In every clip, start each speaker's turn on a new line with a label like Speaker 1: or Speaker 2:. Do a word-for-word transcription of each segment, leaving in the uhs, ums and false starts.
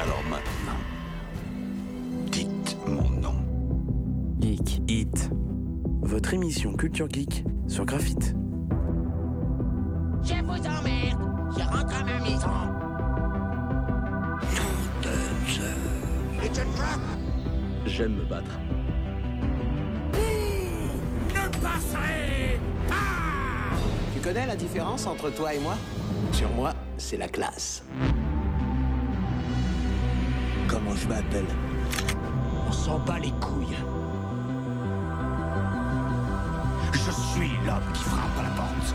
Speaker 1: Alors maintenant, dites mon nom.
Speaker 2: Geek It, votre émission Culture Geek sur Graphite.
Speaker 3: Je vous emmerde, je rentre à ma maison. It's a trap.
Speaker 2: J'aime me battre.
Speaker 3: Ne passerez pas.
Speaker 4: Tu connais la différence entre toi et moi? Sur moi, c'est la classe. Comment je m'appelle? On s'en bat les couilles. Je suis l'homme qui frappe à la porte.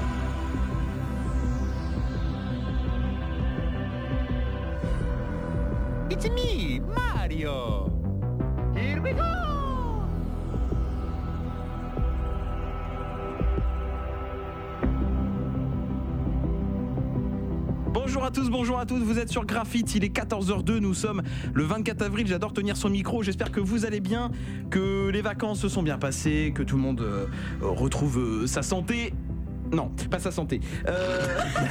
Speaker 5: It's me, Mario! Here we go!
Speaker 6: Bonjour à tous, bonjour à toutes, vous êtes sur Graphite, il est quatorze heures deux, nous sommes le vingt-quatre avril, j'adore tenir son micro, j'espère que vous allez bien, que les vacances se sont bien passées, que tout le monde euh, retrouve euh, sa santé. Non, pas sa santé. Euh...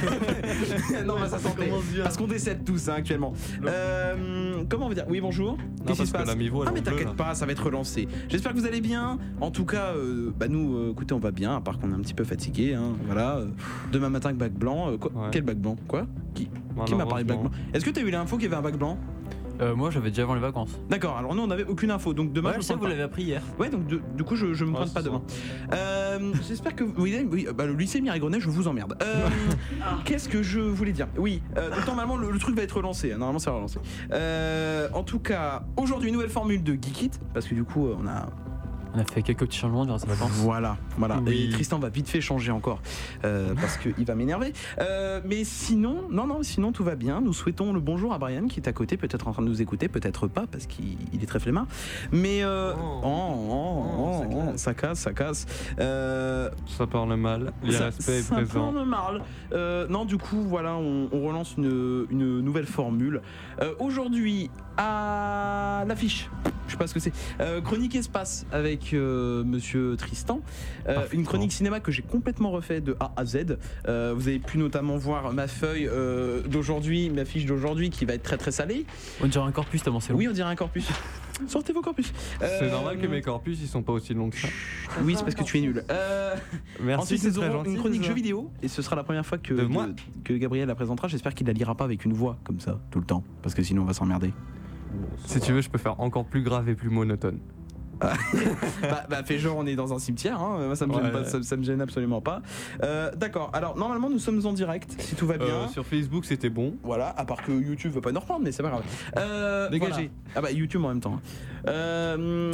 Speaker 6: non, pas sa santé. Parce qu'on décède tous hein, actuellement. Euh... Comment on va dire? Oui, bonjour. Qu'est-ce qui se passe? Ah, mais t'inquiète pas, ça va être relancé. J'espère que vous allez bien. En tout cas, euh, bah nous, euh, écoutez, on va bien, à part qu'on est un petit peu fatigué. Hein, voilà. Demain matin, bac blanc. Euh, quoi ouais. Quel bac blanc? Quoi? Qui, qui m'a parlé de bac blanc? Est-ce que t'as eu l'info qu'il y avait un bac blanc?
Speaker 7: Euh, moi j'avais déjà avant les vacances.
Speaker 6: D'accord, alors nous on n'avait aucune info, donc demain
Speaker 7: ouais,
Speaker 6: je
Speaker 7: sais
Speaker 6: vous
Speaker 7: vous l'avez appris hier.
Speaker 6: Ouais, donc de, du coup je, je me
Speaker 7: ouais,
Speaker 6: prends pas demain. Euh, J'espère que oui, oui bah, le lycée Miragrenais, je vous emmerde. Euh, Qu'est-ce que je voulais dire? Oui, euh, donc normalement le, le truc va être relancé. Normalement ça va relancer. Euh, en tout cas, aujourd'hui nouvelle formule de Geek It, parce que du coup on a.
Speaker 7: On a fait quelques petits changements durant ces vacances.
Speaker 6: Voilà, voilà.
Speaker 7: Oui.
Speaker 6: Et Tristan va vite fait changer encore euh, parce qu'il va m'énerver. Euh, mais sinon, non, non, sinon tout va bien. Nous souhaitons le bonjour à Brian qui est à côté, peut-être en train de nous écouter, peut-être pas parce qu'il est très flemmard. Mais euh, oh, oh, oh, oh, oh, ça casse, ça casse. Euh,
Speaker 8: ça parle mal. L'irrespect est présent.
Speaker 6: Ça parle mal. Euh, non, du coup, voilà, on, on relance une, une nouvelle formule. Euh, aujourd'hui, à l'affiche. Je sais pas ce que c'est. Euh, chronique espace avec euh, Monsieur Tristan. Euh, une chronique cinéma que j'ai complètement refait de A à Z. Euh, vous avez pu notamment voir ma feuille euh, d'aujourd'hui, ma fiche d'aujourd'hui qui va être très très salée.
Speaker 7: On dirait un corpus tellement c'est long.
Speaker 6: Oui, on dirait un corpus. Sortez vos corpus.
Speaker 8: Euh, c'est normal que mes corpus ils sont pas aussi longs que ça.
Speaker 6: Oui, c'est parce que tu es nul. Euh,
Speaker 8: Merci.
Speaker 6: Ensuite, nous aurons une chronique jeux vidéo et ce sera la première fois que,
Speaker 8: de moi.
Speaker 6: de, que Gabriel la présentera. J'espère qu'il la lira pas avec une voix comme ça tout le temps, parce que sinon on va s'emmerder.
Speaker 8: Si tu veux, je peux faire encore plus grave et plus monotone.
Speaker 6: bah, bah fais genre on est dans un cimetière hein. Moi ça me gêne ouais, pas, ça, ça me gêne absolument pas. Euh, d'accord, alors normalement nous sommes en direct si tout va bien.
Speaker 8: Euh, sur Facebook c'était bon.
Speaker 6: Voilà, à part que YouTube veut pas nous reprendre mais c'est pas grave. Euh, Dégagez. Voilà. Ah bah YouTube en même temps. Euh,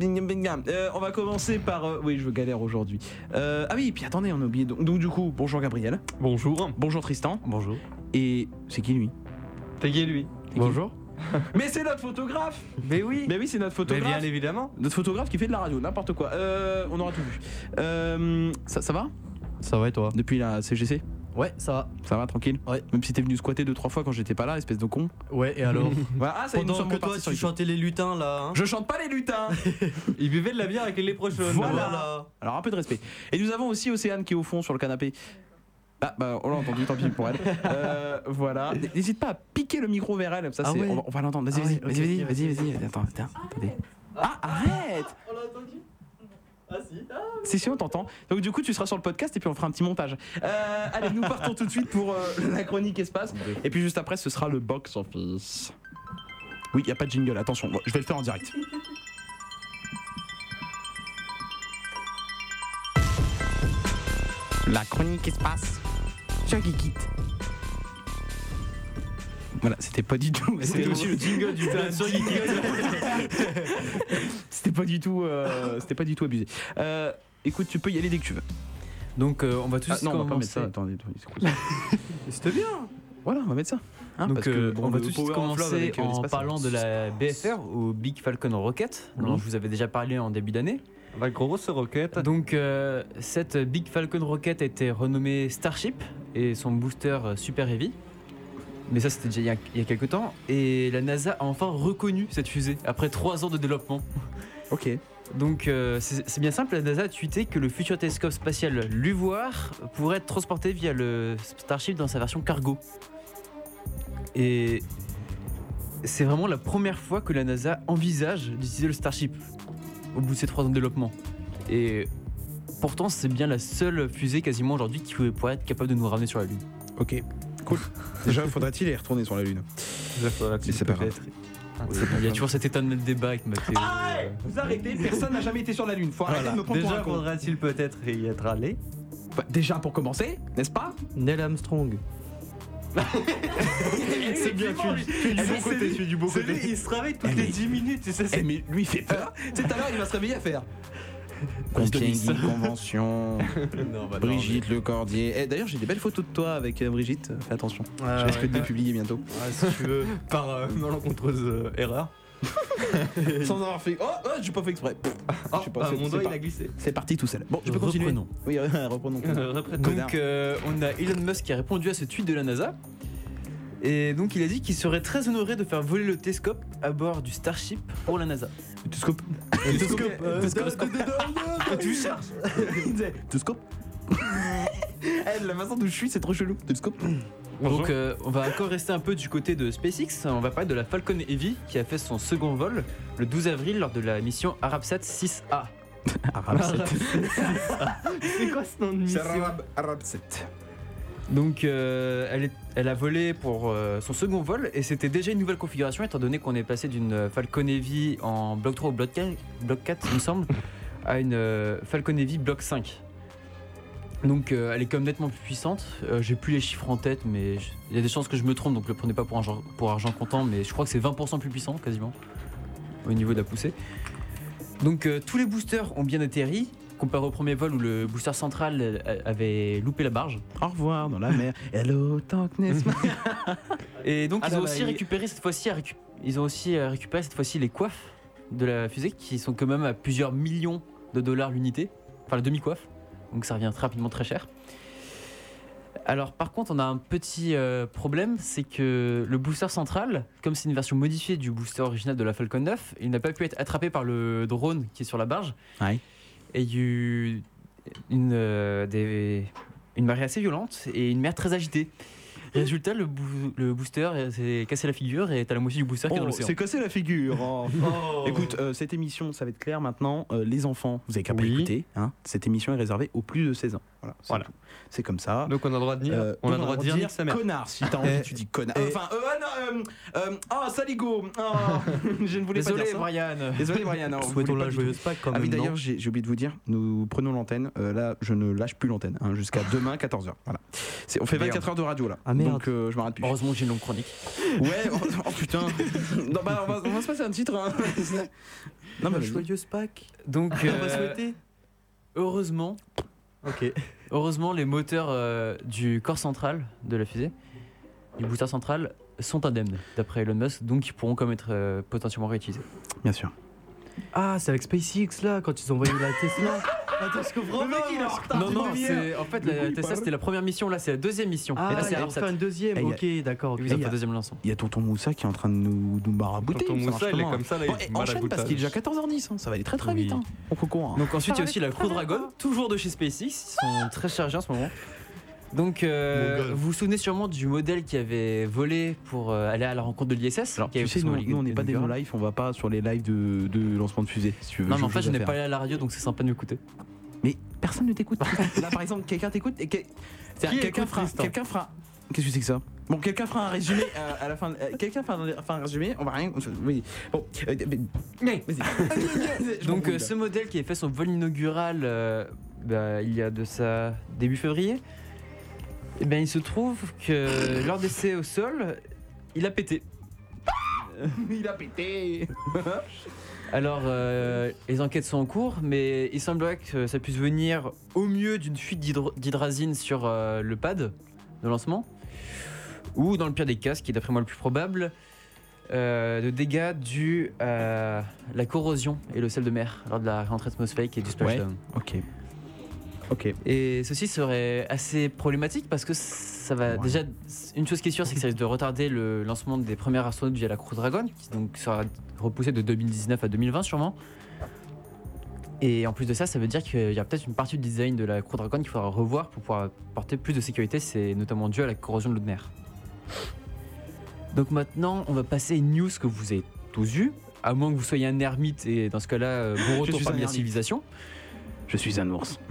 Speaker 6: euh, on va commencer par euh, oui je veux galère aujourd'hui. Euh, ah oui et puis attendez on a oublié donc, donc du coup bonjour Gabriel.
Speaker 8: Bonjour.
Speaker 6: Bonjour Tristan.
Speaker 7: Bonjour.
Speaker 6: Et c'est qui lui?
Speaker 8: T'es qui lui?
Speaker 7: Bonjour.
Speaker 6: Mais c'est notre photographe.
Speaker 7: Mais oui.
Speaker 6: Mais oui, c'est notre photographe.
Speaker 8: Mais bien évidemment.
Speaker 6: Notre photographe qui fait de la radio, n'importe quoi. Euh, on aura tout vu. Euh, ça, ça va?
Speaker 7: Ça va et toi?
Speaker 6: Depuis la C G C?
Speaker 7: Ouais, ça va.
Speaker 6: Ça va, tranquille?
Speaker 7: Ouais.
Speaker 6: Même si t'es venu squatter deux trois fois quand j'étais pas là, espèce de con.
Speaker 7: Ouais, et alors?
Speaker 6: Voilà. Ah, ça y est, nous
Speaker 7: Pendant
Speaker 6: sommes
Speaker 7: que toi, tu chantais les lutins là. Hein.
Speaker 6: Je chante pas les lutins.
Speaker 8: Ils buvaient de la bière avec les léprechaunes.
Speaker 6: Voilà. voilà. Alors un peu de respect. Et nous avons aussi Océane qui est au fond sur le canapé. Ah bah on l'a entendu, tant pis pour elle. Euh, voilà. N'hésite pas à piquer le micro vers elle, comme ça ah c'est. Ouais. On va, on va l'entendre. Vas-y, ah vas-y, ouais, vas-y, okay, vas-y, vas-y. Attends, attends, attendez. Ah arrête.
Speaker 7: On l'a entendu. Ah si. Ah,
Speaker 6: si si on t'entend. Donc du coup tu seras sur le podcast et puis on fera un petit montage. Euh, allez, nous partons tout de suite pour euh, la chronique espace. Et puis juste après ce sera le box office. Oui, y a pas de jingle. Attention, bon, je vais le faire en direct. La chronique espace. Sur Geek It. Voilà, c'était pas du tout.
Speaker 8: C'était aussi le jingle du plan sur Geek It.
Speaker 6: C'était pas du tout. Euh, c'était pas du tout abusé. Euh, écoute, tu peux y aller dès que tu veux.
Speaker 7: Donc euh, on va tous.
Speaker 6: Ah, non,
Speaker 7: commencer.
Speaker 6: on va pas mettre ça. Attendez, attendez.
Speaker 7: C'était bien.
Speaker 6: Voilà, on va mettre ça.
Speaker 7: Hein, Donc parce que, bon, on va tout de suite commencer avec, euh, en parlant de la B F R ou Big Falcon Rocket, mmh. dont je vous avais déjà parlé en début d'année.
Speaker 8: La grosse roquette.
Speaker 7: Donc euh, cette Big Falcon Rocket a été renommée Starship et son booster Super Heavy. Mais ça c'était déjà il y a, il y a quelques temps. Et la NASA a enfin reconnu cette fusée après trois ans de développement.
Speaker 6: Ok.
Speaker 7: Donc euh, c'est, c'est bien simple, la NASA a tweeté que le futur télescope spatial LUVOIR pourrait être transporté via le Starship dans sa version cargo. Et c'est vraiment la première fois que la NASA envisage d'utiliser le Starship au bout de ces trois ans de développement. Et pourtant, c'est bien la seule fusée quasiment aujourd'hui qui pourrait être capable de nous ramener sur la Lune.
Speaker 6: Ok, cool. Déjà, faudrait-il y retourner sur la Lune?
Speaker 8: Déjà, faudra-t-il
Speaker 6: Mais c'est pas grave.
Speaker 8: peut-être.
Speaker 7: Il y a toujours cet éternel débat avec Mathéo.
Speaker 6: Ah ouais, vous arrêtez, personne n'a jamais été sur la Lune. Faut arrêter
Speaker 9: Voilà.
Speaker 6: de me prendre pour un
Speaker 9: Déjà,
Speaker 6: con.
Speaker 9: faudra-t-il peut-être y être allé?
Speaker 6: Bah, déjà pour commencer, n'est-ce pas?
Speaker 9: Neil Armstrong.
Speaker 6: C'est bien, tu, tu es du bon côté, tu es du bon
Speaker 9: C'est
Speaker 6: côté.
Speaker 9: lui, il se réveille toutes
Speaker 6: Eh,
Speaker 9: les
Speaker 6: mais-
Speaker 9: dix minutes, et ça
Speaker 6: Eh,
Speaker 9: c'est...
Speaker 6: mais lui il fait peur. C'est tout à l'heure, il va se réveiller à faire.
Speaker 7: Compiègne,
Speaker 6: Convention.
Speaker 9: Non, bah non,
Speaker 6: Brigitte Lecordier. Eh, d'ailleurs, j'ai des belles photos de toi avec euh, Brigitte. Fais attention.
Speaker 9: Ah,
Speaker 6: Je risque
Speaker 9: ouais.
Speaker 6: de les publier bientôt.
Speaker 9: Ah, si tu veux, par euh, malencontreuse euh, erreur.
Speaker 6: Sans avoir fait. Oh, oh j'ai pas fait exprès. Pff,
Speaker 9: Oh,
Speaker 6: je sais pas,
Speaker 9: bah,
Speaker 6: c'est-
Speaker 9: mon
Speaker 6: c'est
Speaker 9: doigt
Speaker 6: pas-
Speaker 9: il a glissé.
Speaker 6: C'est parti tout seul. Bon, je peux continuer.
Speaker 7: Reprenons.
Speaker 6: Oui, euh, reprenons.
Speaker 9: Euh, reprenons.
Speaker 7: Donc euh, on a Elon Musk qui a répondu à ce tweet de la NASA. Et donc il a dit qu'il serait très honoré de faire voler le télescope à bord du Starship pour la NASA.
Speaker 6: Télescope.
Speaker 9: Télescope, euh,
Speaker 6: Télescope. Tu cherches. Télescope. Eh, la façon d'où je suis, c'est trop chelou. Télescope.
Speaker 7: Donc euh, on va encore rester un peu du côté de SpaceX. On va parler de la Falcon Heavy qui a fait son second vol le douze avril lors de la mission Arabsat six A.
Speaker 6: Arabsat.
Speaker 9: C'est quoi ce nom de mission?
Speaker 6: Arabsat.
Speaker 7: Donc euh, elle, est- elle a volé pour euh, son second vol et c'était déjà une nouvelle configuration étant donné qu'on est passé d'une Falcon Heavy en bloc trois ou bloc quatre, bloc quatre il me semble, à une euh, Falcon Heavy bloc cinq. Donc euh, elle est quand même nettement plus puissante. Euh, J'ai plus les chiffres en tête mais je- il y a des chances que je me trompe donc le prenez pas pour argent, pour argent comptant mais je crois que c'est vingt pour cent plus puissant quasiment au niveau de la poussée. Donc euh, tous les boosters ont bien atterri. Comparé au premier vol où le booster central euh, avait loupé la barge.
Speaker 6: Au revoir dans la mer. Hello, darkness.
Speaker 7: Et donc
Speaker 6: Ah
Speaker 7: ils
Speaker 6: là
Speaker 7: ont
Speaker 6: là,
Speaker 7: aussi
Speaker 6: il-
Speaker 7: récupéré cette fois-ci, récu- ils ont aussi euh, récupéré cette fois-ci les coiffes de la fusée qui sont quand même à plusieurs millions de dollars l'unité, enfin la demi-coiffe, donc ça revient très rapidement très cher. Alors par contre on a un petit euh, problème, c'est que le booster central, comme c'est une version modifiée du booster original de la Falcon neuf, il n'a pas pu être attrapé par le drone qui est sur la barge.
Speaker 6: Ouais.
Speaker 7: Et il y a eu une, euh, des, une marée assez violente et une mer très agitée. Résultat, le, boo- le booster euh, s'est cassé la figure et t'as la moitié du booster qui est dans
Speaker 6: Oh,
Speaker 7: l'océan.
Speaker 6: c'est cassé la figure. Oh.
Speaker 9: Oh.
Speaker 6: Écoute, euh, cette émission, ça va être clair maintenant. Euh, les enfants, vous avez qu'à pas
Speaker 9: Oui.
Speaker 6: écouter. Hein. Cette émission est réservée aux plus de seize ans. Voilà. C'est
Speaker 9: Voilà.
Speaker 6: tout. C'est comme ça.
Speaker 8: Donc on a le droit de dire,
Speaker 6: Euh,
Speaker 8: on a
Speaker 6: donc
Speaker 8: le droit de dire nique sa mère.
Speaker 6: connard. Si t'as envie, tu dis connard.
Speaker 9: Eh.
Speaker 6: Enfin, euh, ah non, euh, euh, ah, saligo. Ah, je ne voulais pas
Speaker 7: Désolé
Speaker 6: dire ça.
Speaker 7: Brian.
Speaker 6: Désolé, Brian. non, vous
Speaker 9: Souhaitons
Speaker 6: voulez pas
Speaker 9: la
Speaker 6: du tout.
Speaker 9: joyeuse Pâques quand
Speaker 6: Ah
Speaker 9: même.
Speaker 6: oui,
Speaker 9: non
Speaker 6: d'ailleurs, j'ai j'ai oublié de vous dire, nous prenons l'antenne. Euh, là, je ne lâche plus l'antenne hein, jusqu'à demain, quatorze heures. Voilà. C'est- On fait
Speaker 7: Merde.
Speaker 6: vingt-quatre heures de radio là.
Speaker 9: Ah, merde.
Speaker 6: Donc, euh, je m'arrête plus.
Speaker 7: Heureusement que j'ai une longue chronique.
Speaker 6: Ouais, oh, oh, putain. Non, bah, on, va, on va se passer un titre. Hein. Non, bah, vas-y.
Speaker 9: Joyeuse Pâques.
Speaker 7: Donc,
Speaker 9: On va
Speaker 7: euh,
Speaker 9: souhaiter.
Speaker 7: heureusement,
Speaker 9: Ok.
Speaker 7: heureusement, les moteurs euh, du corps central de la fusée, du booster central, sont indemnes, d'après Elon Musk, donc ils pourront quand même être euh, potentiellement réutilisés.
Speaker 6: Bien sûr.
Speaker 9: Ah, c'est avec SpaceX là, quand ils ont envoyé la Tesla. Attends, je comprends.
Speaker 6: Le mec, il est en retard.
Speaker 7: Non, non,
Speaker 6: demi-heure.
Speaker 7: c'est en fait
Speaker 6: De quoi
Speaker 7: la
Speaker 6: il
Speaker 7: Tesla
Speaker 6: parle
Speaker 7: c'était la première mission, là c'est la deuxième mission.
Speaker 9: Ah,
Speaker 7: et là c'est
Speaker 9: ils vont
Speaker 7: Arabsat.
Speaker 9: faire une deuxième.
Speaker 6: Eh, y a-
Speaker 9: Ok, d'accord. ok.
Speaker 7: Ils ont
Speaker 6: y
Speaker 7: fait
Speaker 6: a-
Speaker 7: la deuxième lancement.
Speaker 6: Il y a tonton Moussa qui est en train de nous, nous marabouter.
Speaker 8: Tonton
Speaker 6: ça marche
Speaker 8: Moussa, il est
Speaker 6: comment,
Speaker 8: comme ça, là,
Speaker 6: Bon,
Speaker 8: il
Speaker 6: et
Speaker 8: maraboutage.
Speaker 6: enchaîne parce qu'il est déjà quatorze heures dix. hein, Ça va aller très très
Speaker 7: Oui.
Speaker 6: vite. Hein. On peut courir.
Speaker 7: Donc ensuite il y a aussi la Crew Dragon, toujours de chez SpaceX, ils sont très chargés en ce moment. Donc euh,
Speaker 8: Mon gars.
Speaker 7: vous vous souvenez sûrement du modèle qui avait volé pour euh, aller à la rencontre de l'I S S.
Speaker 6: Alors,
Speaker 7: qui avait
Speaker 6: tu sais,
Speaker 7: fait son
Speaker 6: nous,
Speaker 7: vol
Speaker 6: nous, on n'est pas des
Speaker 7: inaugural.
Speaker 6: no-life, on va pas sur les lives de, de lancement de fusée. Si tu veux,
Speaker 7: Non mais en
Speaker 6: j'ai
Speaker 7: fait
Speaker 6: autre
Speaker 7: je
Speaker 6: chose
Speaker 7: n'ai
Speaker 6: à
Speaker 7: pas
Speaker 6: faire.
Speaker 7: allé à la radio donc c'est sympa de m'écouter.
Speaker 6: Mais personne ne t'écoute. Là, par exemple, quelqu'un t'écoute et que- c'est-à-dire,
Speaker 9: Qui
Speaker 6: quelqu'un
Speaker 9: écoute
Speaker 6: fera,
Speaker 9: Tristan
Speaker 6: quelqu'un fera. Qu'est-ce que c'est que ça? Bon, quelqu'un fera un résumé euh, à la fin. euh, quelqu'un fera un, fera un résumé. On va rien. Oui. Bon. euh, mais- vas-y. Je m'en
Speaker 7: Donc
Speaker 6: fous,
Speaker 7: euh,
Speaker 6: là.
Speaker 7: ce modèle qui a fait son vol inaugural euh, bah, il y a de ça début février, et ben il se trouve que lors d'essai au sol, il a pété.
Speaker 6: Il a pété.
Speaker 7: Alors euh, les enquêtes sont en cours, mais il semblerait que ça puisse venir au mieux d'une fuite d'hydro- d'hydrazine sur euh, le pad de lancement, ou dans le pire des cas, ce qui est d'après moi le plus probable, euh, de dégâts dus à la corrosion et le sel de mer lors de la rentrée atmosphérique et du splashdown.
Speaker 6: Ok. Ok.
Speaker 7: Et ceci serait assez problématique parce que ça va
Speaker 6: Ouais.
Speaker 7: déjà, une chose qui est sûre, c'est que ça risque de retarder le lancement des premiers astronautes via la Crew Dragon, qui donc sera repoussé de deux mille dix-neuf à deux mille vingt sûrement. Et en plus de ça, ça veut dire qu'il y a peut-être une partie du design de la Crew Dragon qu'il faudra revoir pour pouvoir apporter plus de sécurité, c'est notamment dû à la corrosion de l'eau de mer. Donc maintenant, on va passer à une news que vous avez tous vue, à moins que vous soyez un ermite et dans ce cas-là, euh, bon
Speaker 6: Je
Speaker 7: retour
Speaker 6: suis
Speaker 7: parmi
Speaker 6: un
Speaker 7: la
Speaker 6: ermite.
Speaker 7: civilisation.
Speaker 6: Je suis un ours.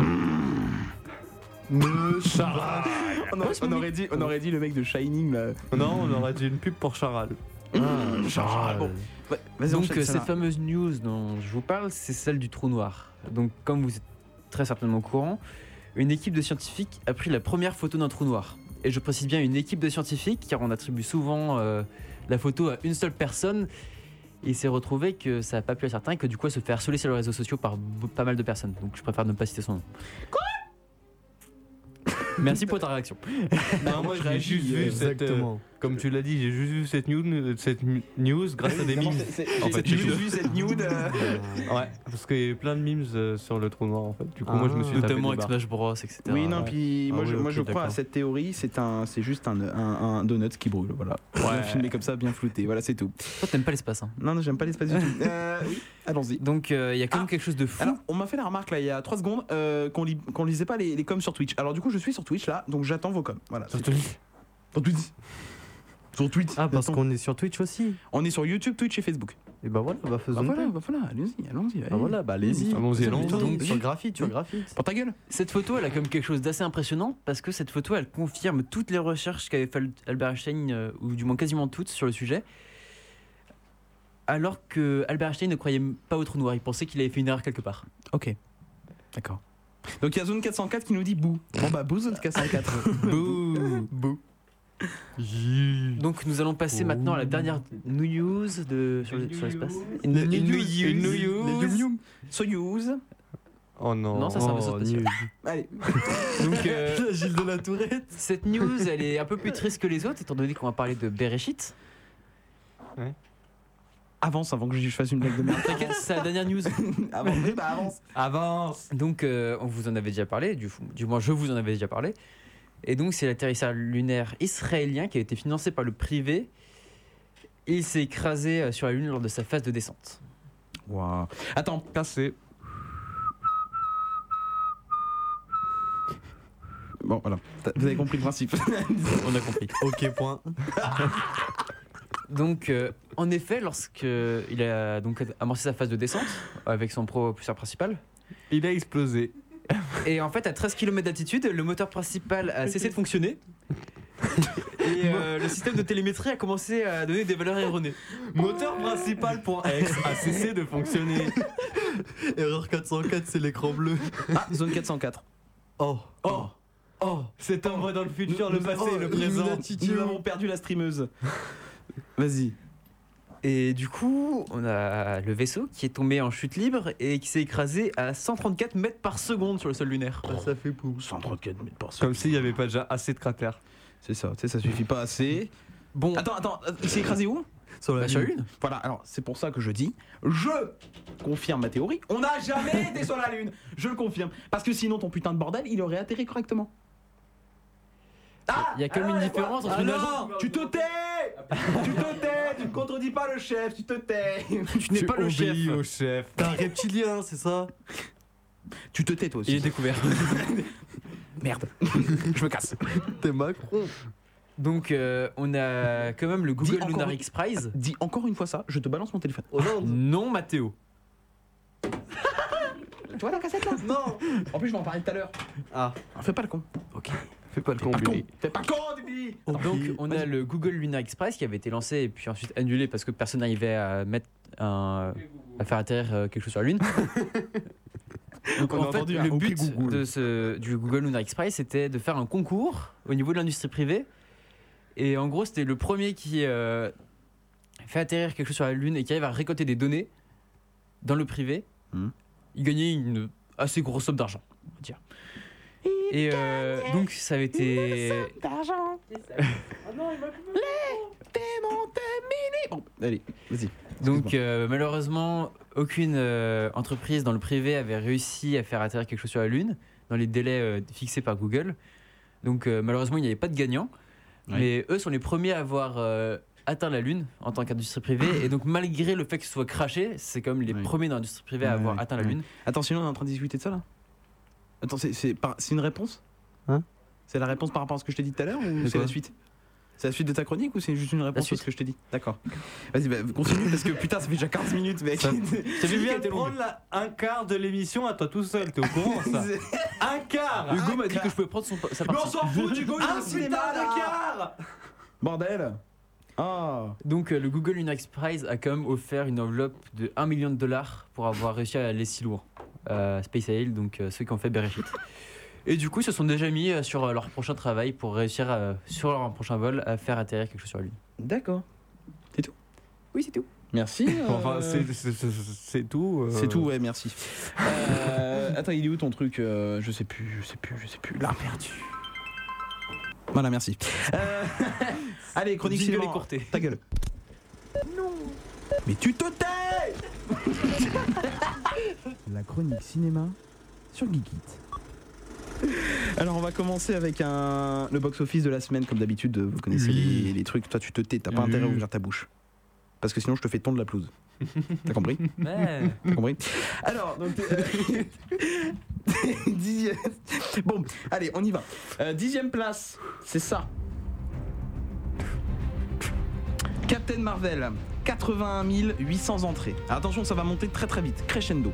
Speaker 8: Charal.
Speaker 6: On, aurait- on aurait dit, on aurait dit le mec de Shining là.
Speaker 8: Non, on aurait dit une pub pour Charal.
Speaker 9: Ah,
Speaker 6: Charal, bon. Ouais, vas-y,
Speaker 7: Donc
Speaker 6: enchaîne,
Speaker 7: euh,
Speaker 6: ça
Speaker 7: cette
Speaker 6: va.
Speaker 7: fameuse news dont je vous parle, c'est celle du trou noir. Donc comme vous êtes très certainement au courant, une équipe de scientifiques a pris la première photo d'un trou noir. Et je précise bien une équipe de scientifiques car on attribue souvent euh, la photo à une seule personne. Et il s'est retrouvé que ça n'a pas plu à certains et que du coup elle se fait harceler sur les réseaux sociaux par b- pas mal de personnes. Donc je préfère ne pas citer son nom. Quoi ? Merci pour ta réaction.
Speaker 8: Non, moi, j'ai juste vu cette. euh,
Speaker 9: Exactement.
Speaker 8: comme tu l'as dit, j'ai juste vu cette news, cette mu- news grâce à des mimes. En fait,
Speaker 6: J'ai
Speaker 8: c'est
Speaker 6: juste
Speaker 8: tout.
Speaker 6: vu cette nude. euh,
Speaker 8: Ouais, parce qu'il y a eu plein de memes euh, sur le trou noir en fait. Du coup, moi je me suis tapé
Speaker 7: Notamment
Speaker 8: des
Speaker 7: avec
Speaker 8: barres.
Speaker 7: Smash Bros, et cetera.
Speaker 6: Oui, non,
Speaker 8: ouais.
Speaker 6: puis
Speaker 8: Ah
Speaker 6: moi,
Speaker 8: oui,
Speaker 6: je, moi
Speaker 8: ok,
Speaker 6: je crois à
Speaker 8: d'accord.
Speaker 6: cette théorie, c'est un, c'est juste un, un, un donut qui brûle, voilà. Bien filmé comme ça, bien flouté, voilà, c'est tout.
Speaker 7: Toi t'aimes pas l'espace hein.
Speaker 6: Non, non, j'aime pas l'espace du tout. Euh, oui, allons-y.
Speaker 7: Donc il euh, y a quand même
Speaker 6: Ah,
Speaker 7: quelque chose de fou.
Speaker 6: Alors, on m'a fait la remarque là il y a trois secondes euh, qu'on lit, qu'on lisait pas les, les coms sur Twitch. Alors, du coup, je suis sur Twitch là, donc j'attends vos coms. Voilà.
Speaker 8: Sur
Speaker 6: c'est tout.
Speaker 8: Twitch.
Speaker 6: Sur Twitch. Sur Twitch.
Speaker 9: Ah, parce
Speaker 6: j'attends.
Speaker 9: qu'on est sur Twitch aussi.
Speaker 6: On est sur YouTube, Twitch et Facebook.
Speaker 9: Et bah voilà, bah
Speaker 6: Bah
Speaker 9: faisons
Speaker 6: voilà,
Speaker 9: le
Speaker 6: bah voilà, allons-y, allons-y.
Speaker 9: Bah voilà, bah allez-y.
Speaker 8: Allons-y, allons-y.
Speaker 9: Donc
Speaker 6: Oui.
Speaker 9: sur graphite, sur
Speaker 6: Oui.
Speaker 9: graphite.
Speaker 6: Pour ta gueule.
Speaker 7: Cette photo, elle a comme quelque chose d'assez impressionnant parce que cette photo, elle confirme toutes les recherches qu'avait fait Albert Einstein, euh, ou du moins quasiment toutes, sur le sujet. Alors que Albert Einstein ne croyait pas au trou noir, il pensait qu'il avait fait une erreur quelque part.
Speaker 6: Ok. D'accord. Donc, il y a Zone quatre cent quatre qui nous dit bouh. Bon, bah, bouh, Zone quatre cent quatre.
Speaker 7: Bouh.
Speaker 6: Bouh.
Speaker 7: Donc nous allons passer maintenant à la dernière news de, sur, le- sur l'espace. Une,
Speaker 8: Les-
Speaker 7: une
Speaker 8: une
Speaker 7: news.
Speaker 8: news.
Speaker 7: Une
Speaker 8: Les
Speaker 7: news.
Speaker 8: yum-yum.
Speaker 6: Soyuz.
Speaker 8: Oh non.
Speaker 7: Non, ça c'est un vaisseau
Speaker 9: Oh,
Speaker 7: spatial.
Speaker 9: nul.
Speaker 6: Allez.
Speaker 7: Donc euh,
Speaker 9: Gilles de la Tourette.
Speaker 7: cette news, elle est un peu plus triste que les autres, étant donné qu'on va parler de Bereshit.
Speaker 6: Avance avant que je fasse une blague de merde.
Speaker 7: T'inquiète, c'est la dernière news.
Speaker 6: Avance, oui, bah avance.
Speaker 8: Avance.
Speaker 7: Donc, euh, on vous en avait déjà parlé, du, du moins je vous en avais déjà parlé. Et donc, c'est l'atterrissage lunaire israélien qui a été financé par le privé. Et il s'est écrasé euh, sur la Lune lors de sa phase de descente.
Speaker 6: Waouh. Attends,
Speaker 8: Cassé.
Speaker 6: bon voilà, T'as- vous avez compris le principe.
Speaker 7: On a compris.
Speaker 9: Ok, point.
Speaker 7: Donc, euh, en effet, lorsqu'il a donc amorcé sa phase de descente avec son propulseur principal,
Speaker 8: Il a explosé.
Speaker 7: et en fait, à treize kilomètres d'altitude, le moteur principal a cessé de fonctionner. Et euh, le système de télémétrie a commencé à donner des valeurs erronées.
Speaker 8: Moteur principal pour X a cessé de fonctionner.
Speaker 9: Erreur quatre cent quatre, c'est l'écran bleu.
Speaker 6: Ah, zone quatre cent quatre.
Speaker 9: Oh.
Speaker 8: Oh. Oh. Cet ombre dans le futur, le passé,
Speaker 9: oh,
Speaker 8: le présent.
Speaker 9: Illuminati.
Speaker 6: Nous avons perdu la streameuse. Vas-y.
Speaker 7: Et du coup, on a le vaisseau qui est tombé en chute libre et qui s'est écrasé à cent trente-quatre mètres par seconde sur le sol lunaire.
Speaker 9: Ah, ça fait pou.
Speaker 6: cent trente-quatre mètres par seconde.
Speaker 8: Comme s'il n'y avait pas déjà assez de cratères.
Speaker 6: C'est ça, tu sais, ça suffit pas assez.
Speaker 7: Bon,
Speaker 6: Attends, attends, euh, il s'est écrasé où
Speaker 9: Sur la
Speaker 7: bah, sur la
Speaker 9: lune.
Speaker 7: Lune.
Speaker 6: Voilà, alors c'est pour ça que je dis, je confirme ma théorie, on n'a jamais été sur la Lune. Je le confirme. Parce que sinon ton putain de bordel, il aurait atterri correctement. Ah
Speaker 7: Il y a quand même une différence entre
Speaker 6: Ah
Speaker 7: une
Speaker 6: non,
Speaker 7: agence.
Speaker 6: tu te tais Tu te tais, tu ne contredis pas le chef, tu te tais.
Speaker 7: Tu n'es pas le chef.
Speaker 8: obéis au chef.
Speaker 9: T'es un reptilien, c'est ça?
Speaker 6: Tu te tais toi aussi.
Speaker 7: Il est découvert.
Speaker 6: Merde, je me casse.
Speaker 9: T'es Macron.
Speaker 7: Donc, euh, on a quand même le
Speaker 6: Dis
Speaker 7: Google
Speaker 6: encore-
Speaker 7: Lunar X Prize.
Speaker 6: Dis encore une fois ça, je te balance mon téléphone.
Speaker 9: Oh non.
Speaker 7: Non, Mathéo.
Speaker 6: Tu vois la cassette là
Speaker 9: Non.
Speaker 6: En plus je vais en parler tout à l'heure.
Speaker 9: Ah.
Speaker 6: Ah, fais pas le con.
Speaker 7: Ok.
Speaker 8: Fais pas le con,
Speaker 6: Pas con.
Speaker 8: Billy.
Speaker 6: Fais pas con, Billy.
Speaker 7: Donc, on a
Speaker 6: vas-y.
Speaker 7: le Google Lunar X Prize qui avait été lancé et puis ensuite annulé parce que personne n'arrivait à mettre un, à faire atterrir euh, quelque chose sur la Lune. Donc,
Speaker 6: On a
Speaker 7: en fait,
Speaker 6: entendu un
Speaker 7: le
Speaker 6: OK
Speaker 7: but
Speaker 6: Google.
Speaker 7: de ce, du Google Lunar X Prize, c'était de faire un concours au niveau de l'industrie privée. Et en gros, c'était le premier qui euh, fait atterrir quelque chose sur la Lune et qui arrive à récolter des données dans le privé.
Speaker 6: Hmm.
Speaker 7: Il gagnait une assez grosse somme d'argent, on va dire. Et euh, donc, ça avait été.
Speaker 6: D'argent. Bon, allez, vas-y.
Speaker 7: Donc euh, malheureusement, aucune euh, entreprise dans le privé avait réussi à faire atterrir quelque chose sur la Lune dans les délais euh, fixés par Google. Donc euh, malheureusement, il n'y avait pas de gagnant.
Speaker 6: Ouais.
Speaker 7: Mais eux sont les premiers à avoir euh, atteint la Lune en tant qu'industrie privée. Et donc malgré le fait que ce soit craché, c'est comme les
Speaker 6: Oui.
Speaker 7: premiers dans l'industrie privée à
Speaker 6: Ouais,
Speaker 7: avoir
Speaker 6: ouais,
Speaker 7: atteint la
Speaker 6: ouais.
Speaker 7: Lune.
Speaker 6: Attends, sinon on est en train de discuter de ça là. Attends, c'est c'est par- c'est une réponse
Speaker 9: Hein?
Speaker 6: C'est la réponse par rapport à ce que je t'ai dit tout à l'heure ou
Speaker 9: De
Speaker 6: c'est
Speaker 9: quoi
Speaker 6: la suite C'est la suite de ta chronique ou c'est juste une réponse à
Speaker 7: suite.
Speaker 6: ce que je t'ai dit? D'accord. Vas-y, bah, continue parce que putain, ça fait déjà quinze minutes, mec.
Speaker 8: Ça-
Speaker 6: Ça
Speaker 8: Tu viens de prendre la- un quart de l'émission à toi tout seul, t'es au courant ça? Un quart.
Speaker 7: Hugo m'a dit que je pouvais prendre son, sa
Speaker 6: Mais on
Speaker 7: partie.
Speaker 6: s'en fout, Hugo, il est
Speaker 8: Un
Speaker 6: au
Speaker 8: putain
Speaker 6: cinéma là.
Speaker 8: de quart.
Speaker 6: Bordel. Ah.
Speaker 7: Donc euh, le Google Linux Prize a quand même offert une enveloppe de un million de dollars pour avoir réussi à aller si loin. Euh, Space Ale, donc euh, ceux qui ont fait Bereshit. Et du coup, ils se sont déjà mis euh, sur euh, leur prochain travail pour réussir euh, sur leur prochain vol à faire atterrir quelque chose sur lui.
Speaker 6: D'accord. C'est tout.
Speaker 7: Oui, c'est tout.
Speaker 6: Merci. euh,
Speaker 8: Enfin, c'est- c'est c'est- c'est tout. euh.
Speaker 6: C'est tout, ouais, merci. Euh, attends, il est où ton truc euh, Je sais plus, je sais plus, je sais plus. Là, perdu. Voilà, merci. Euh, allez, chronique
Speaker 7: Jingle
Speaker 6: cinéma.
Speaker 7: écourté.
Speaker 6: Ta gueule. Non. Mais tu te tais. La chronique cinéma sur Geekit. Alors on va commencer avec un... le box-office de la semaine, comme d'habitude, vous connaissez
Speaker 8: Oui.
Speaker 6: les, les trucs. Toi, tu te tais, t'as pas
Speaker 8: Oui.
Speaker 6: intérêt à ouvrir ta bouche. Parce que sinon, je te fais tondre la pelouse. T'as compris?
Speaker 7: Ouais.
Speaker 6: T'as compris? Alors, donc. euh, dixième. Bon, allez, on y va. Euh, dixième place, c'est ça. Captain Marvel, quatre-vingt-un mille huit cents entrées. Alors, attention, ça va monter très très vite, crescendo.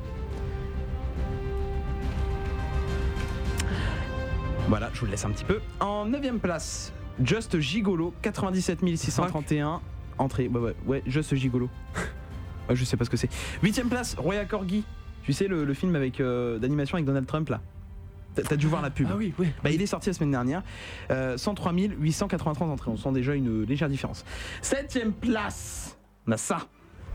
Speaker 6: Voilà, je vous le laisse un petit peu. En neuvième place, Just Gigolo, quatre-vingt-dix-sept mille six cent trente et un entrées. Ouais, ouais, ouais, Just Gigolo. Ouais, je sais pas ce que c'est. Huitième place, Roya Corgi. Tu sais, le, le film avec euh, d'animation avec Donald Trump là. T'as, t'as dû voir la pub.
Speaker 7: Ah oui, oui.
Speaker 6: Bah, il est sorti la semaine dernière. Euh, cent trois mille huit cent quatre-vingt-trois entrées. On sent déjà une légère différence. Septième place, on a ça.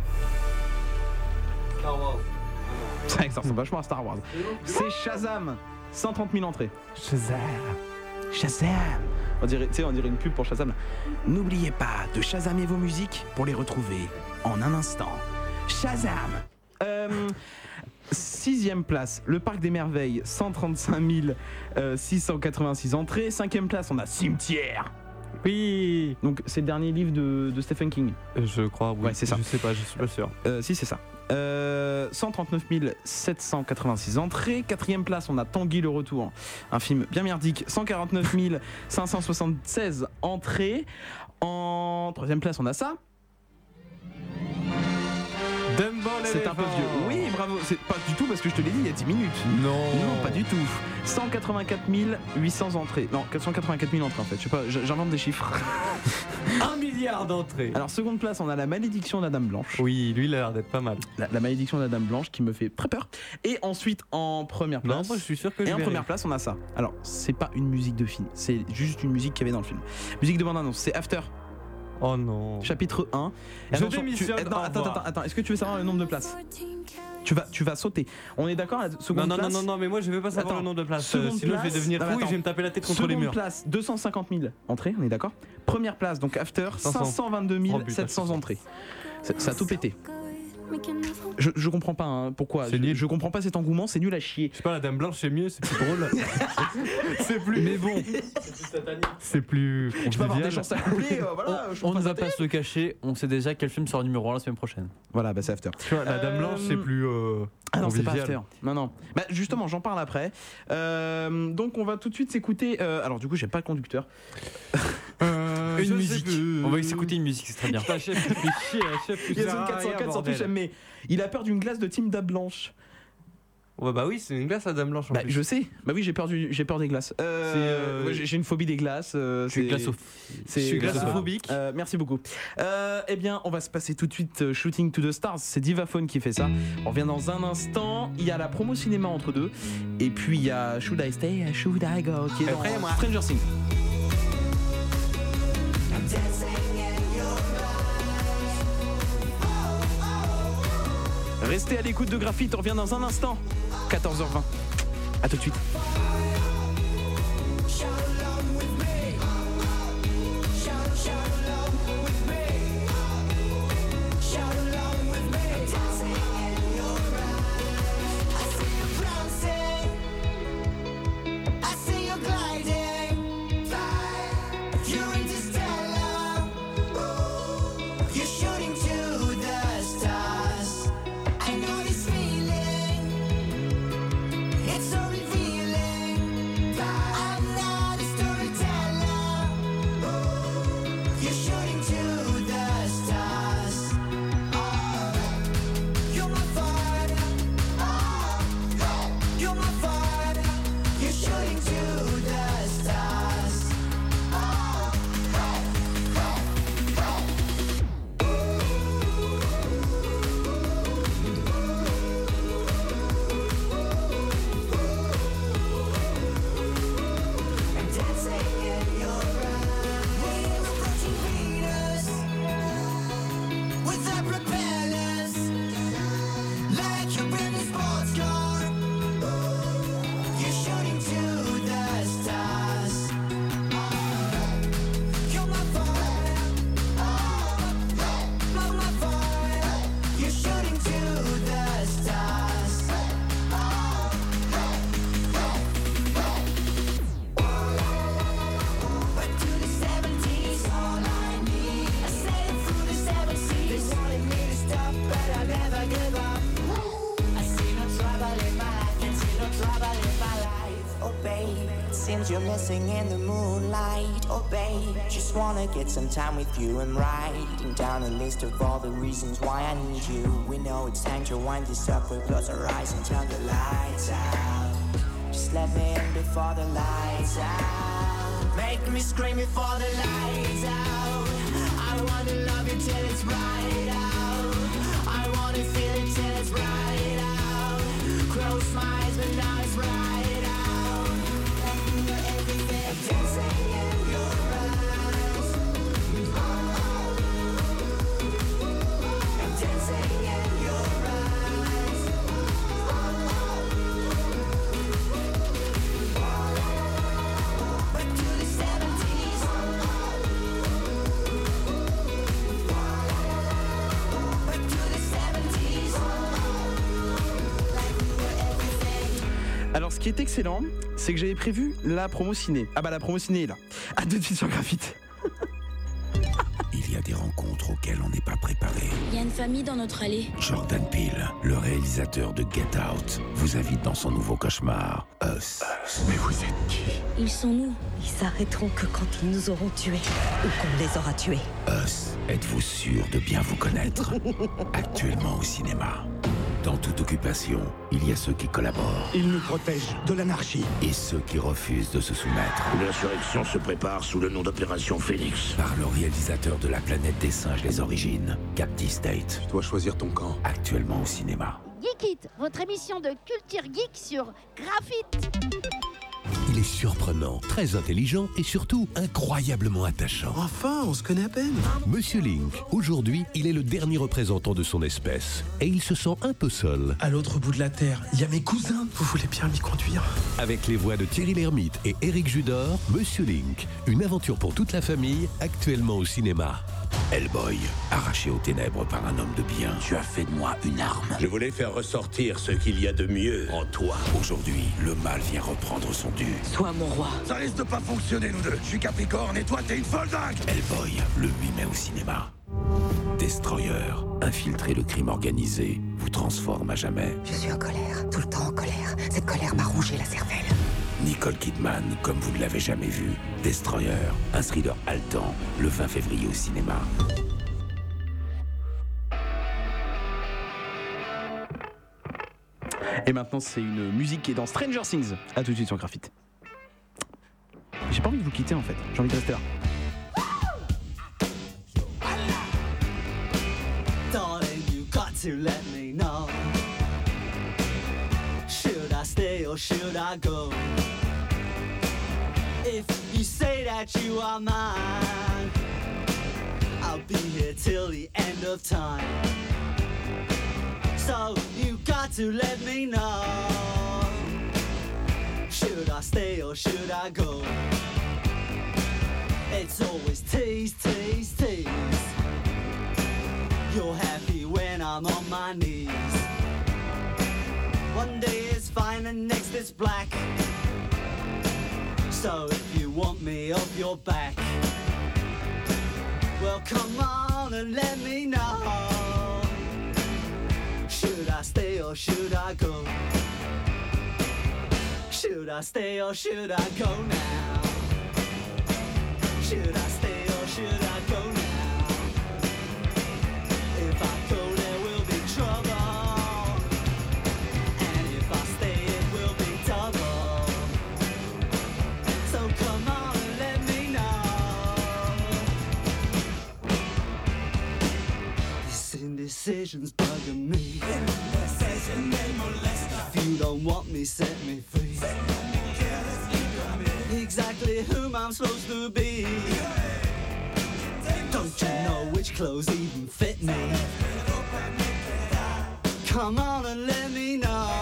Speaker 8: Star Wars.
Speaker 6: C'est vrai que ça ressemble vachement à Star Wars. C'est Shazam, cent trente mille entrées.
Speaker 8: Shazam.
Speaker 6: Shazam. On dirait, tu sais, on dirait une pub pour Shazam. Là. N'oubliez pas de Shazamer vos musiques pour les retrouver en un instant. Shazam. Euh, Sixième place, le Parc des Merveilles, cent trente-cinq mille six cent quatre-vingt-six entrées. Cinquième place, on a Cimetière.
Speaker 8: Oui.
Speaker 6: Donc c'est le dernier livre de, de Stephen King.
Speaker 8: Je crois, oui.
Speaker 6: Ouais, c'est ça.
Speaker 8: Je sais pas, je suis pas sûr.
Speaker 6: Euh, si, c'est ça. Euh, cent trente-neuf mille sept cent quatre-vingt-six entrées. Quatrième place, on a Tanguy le Retour, un film bien merdique. cent quarante-neuf mille cinq cent soixante-seize entrées. En troisième place, on a ça.
Speaker 8: Dumbo
Speaker 6: C'est un peu vieux. Oui, bravo. C'est pas du tout parce que je te l'ai dit il y a dix minutes.
Speaker 8: Non.
Speaker 6: Non, pas du tout. cent quatre-vingt-quatre mille huit cents entrées. Non, cent quatre-vingt-quatre mille entrées en fait. Je sais pas, j'invente des chiffres.
Speaker 8: Un milliard d'entrées.
Speaker 6: Alors, seconde place, on a La Malédiction de la Dame Blanche.
Speaker 8: Oui, lui, il a l'air d'être pas mal.
Speaker 6: La, la Malédiction de la Dame Blanche qui me fait très peur. Et ensuite, en première place.
Speaker 8: Non, moi, je suis sûr que je
Speaker 6: Et en
Speaker 8: verrai.
Speaker 6: première place, on a ça. Alors, c'est pas une musique de film, c'est juste une musique qu'il y avait dans le film. Musique de bande-annonce, c'est After,
Speaker 8: Oh non.
Speaker 6: chapitre un. Et
Speaker 8: Je
Speaker 6: attention, tu-
Speaker 8: démissionne,
Speaker 6: attends,
Speaker 8: au
Speaker 6: attends,
Speaker 8: revoir.
Speaker 6: attends, attends, est-ce que tu veux savoir le nombre de places? Tu vas, tu vas sauter. On est d'accord, la seconde
Speaker 8: Non, non,
Speaker 6: place.
Speaker 8: non, non, non, mais moi, je veux pas savoir
Speaker 6: Attends,
Speaker 8: le nombre de places.
Speaker 6: seconde
Speaker 8: euh, Sinon, je vais
Speaker 6: place-
Speaker 8: devenir
Speaker 6: Non,
Speaker 8: fou et
Speaker 6: attends.
Speaker 8: je vais me taper la tête contre les
Speaker 6: Seconde
Speaker 8: murs.
Speaker 6: place, deux cent cinquante mille entrées, on est d'accord. Première place, donc After,
Speaker 8: cinq cents.
Speaker 6: cinq cent vingt-deux
Speaker 8: Oh,
Speaker 6: mille
Speaker 8: putain,
Speaker 6: sept cents
Speaker 8: c'est-
Speaker 6: entrées. Ça, ça a tout pété. Je, je comprends pas hein, pourquoi.
Speaker 8: C'est
Speaker 6: Je,
Speaker 8: nul.
Speaker 6: je comprends pas cet engouement, c'est nul à chier.
Speaker 8: Je sais pas, la Dame Blanche, c'est mieux, c'est plus drôle. c'est plus.
Speaker 6: Mais bon,
Speaker 8: C'est plus.
Speaker 6: je peux avoir des
Speaker 8: convivial.
Speaker 6: chances à couler, euh, voilà. je
Speaker 7: On
Speaker 6: trouve
Speaker 7: ne
Speaker 6: ça
Speaker 7: va pas se le cacher, on sait déjà quel film sera numéro un la semaine prochaine.
Speaker 6: Voilà, bah c'est After.
Speaker 8: Tu vois, la Dame
Speaker 6: Euh,
Speaker 8: Blanche, c'est plus. euh,
Speaker 6: Ah non, c'est pas
Speaker 8: convivial.
Speaker 6: After. Non, non. Bah justement, j'en parle après. Euh, donc on va tout de suite s'écouter. euh, alors du coup, j'ai pas le conducteur.
Speaker 8: Euh,
Speaker 7: Une
Speaker 8: je sais
Speaker 7: musique.
Speaker 8: plus.
Speaker 7: On va s'écouter une musique, c'est très bien.
Speaker 8: Putain, chef, tu fais chier, chef, tu
Speaker 6: Il y a
Speaker 8: sers
Speaker 6: zone
Speaker 8: à
Speaker 6: quatre cent
Speaker 8: rien,
Speaker 6: quatre sur
Speaker 8: bordel.
Speaker 6: Twitch, mais il a peur d'une glace de Team Dame Blanche.
Speaker 8: Ouais, bah oui, c'est une glace à Dame Blanche en
Speaker 6: Bah
Speaker 8: plus.
Speaker 6: je sais. Bah oui, j'ai peur du, j'ai peur des glaces. Euh,
Speaker 8: C'est, euh,
Speaker 6: ouais, j'ai j'ai une phobie des glaces. euh,
Speaker 7: Je suis
Speaker 6: c'est-
Speaker 7: glaço.
Speaker 6: c'est-
Speaker 8: Je suis
Speaker 6: voilà.
Speaker 8: glaçophobique.
Speaker 6: Euh, merci beaucoup. Euh, eh bien, on va se passer tout de suite euh, Shooting to the Stars. C'est Divaphone qui fait ça. On revient dans un instant. Il y a la promo cinéma entre deux. Et puis il y a Should I Stay, Should I Go qui est dans
Speaker 8: Après, moi.
Speaker 6: Stranger Things. Restez à l'écoute de Graphite. On revient dans un instant. quatorze heures vingt. A tout de suite.
Speaker 10: It's so revealing. Seems you're missing in the moonlight. Oh babe, just wanna get some time with you. I'm writing down a list of all the reasons why I need you. We know it's time to wind this up. We'll close our eyes and turn the lights out. Just let me in before the lights out. Make me scream before the lights out. I wanna love you till it's bright out. I wanna feel it till it's bright out. Close my eyes but now it's bright out. Everything dancing in your eyes. I'm dancing in your eyes. Back to the seventies. Back to the seventies. Like we were everything.
Speaker 6: Alors, ce qui est excellent, c'est que j'avais prévu la promo ciné. Ah bah la promo ciné est là. À tout de suite sur Graphite.
Speaker 1: Il y a des rencontres auxquelles on n'est pas préparé.
Speaker 11: Il y a une famille dans notre allée.
Speaker 1: Jordan Peele, le réalisateur de Get Out, vous invite dans son nouveau cauchemar, Us. Mais vous êtes qui?
Speaker 11: Ils sont nous.
Speaker 12: Ils s'arrêteront que quand ils nous auront tués ou qu'on les aura tués.
Speaker 1: Us, êtes-vous sûr de bien vous connaître? Actuellement au cinéma. Dans toute occupation, il y a ceux qui collaborent.
Speaker 13: Ils nous protègent de l'anarchie.
Speaker 1: Et ceux qui refusent de se soumettre.
Speaker 14: L'insurrection se prépare sous le nom d'Opération Phoenix.
Speaker 1: Par le réalisateur de La planète des singes, les origines, Captive State.
Speaker 13: Tu dois choisir ton camp.
Speaker 1: Actuellement au cinéma.
Speaker 15: Geek It, votre émission de culture geek sur Graphite.
Speaker 16: Il est surprenant, très intelligent et surtout incroyablement attachant.
Speaker 9: Enfin, on se connaît à peine.
Speaker 16: Monsieur Link, aujourd'hui, il est le dernier représentant de son espèce. Et il se sent un peu seul.
Speaker 9: À l'autre bout de la Terre, il y a mes cousins. Vous voulez bien m'y conduire?
Speaker 16: Avec les voix de Thierry Lhermitte et Éric Judor, Monsieur Link, une aventure pour toute la famille, actuellement au cinéma.
Speaker 1: Hellboy, arraché aux ténèbres par un homme de bien. Tu as fait de moi une arme.
Speaker 14: Je voulais faire ressortir ce qu'il y a de mieux en toi.
Speaker 1: Aujourd'hui, le mal vient reprendre son dû.
Speaker 12: Sois mon roi.
Speaker 14: Ça risque de pas fonctionner, nous deux. Je suis Capricorne et toi, t'es une folle dingue.
Speaker 1: Hellboy, le huit mai au cinéma. Destroyer, infiltrer le crime organisé, vous transforme à jamais.
Speaker 12: Je suis en colère, tout le temps en colère. Cette colère m'a rougé la cervelle.
Speaker 1: Nicole Kidman, comme vous ne l'avez jamais vu. Destroyer, un thriller haletant, le vingt février au cinéma.
Speaker 6: Et maintenant, c'est une musique qui est dans Stranger Things. À tout de suite sur Graphite. J'ai pas envie de vous quitter en fait, j'ai envie de rester là.
Speaker 17: Darling, you got to let me know. Should I stay or should I go? If you say that you are mine, I'll be here till the end of time. So you got to let me know. Should I stay or should I go? It's always tease, tease, tease. You're happy when I'm on my knees. One day it's fine and next it's black. So if you want me off your back, well come on and let me know. Should I stay or should I go? Should I stay or should I go now? Should I stay or should I go now? If I go there will be trouble, and if I stay it will be double. So come on and let me know. This indecision's bugging me. If you don't want me, set me free. Exactly whom I'm supposed to be. Don't you know which clothes even fit me? Come on and let me know.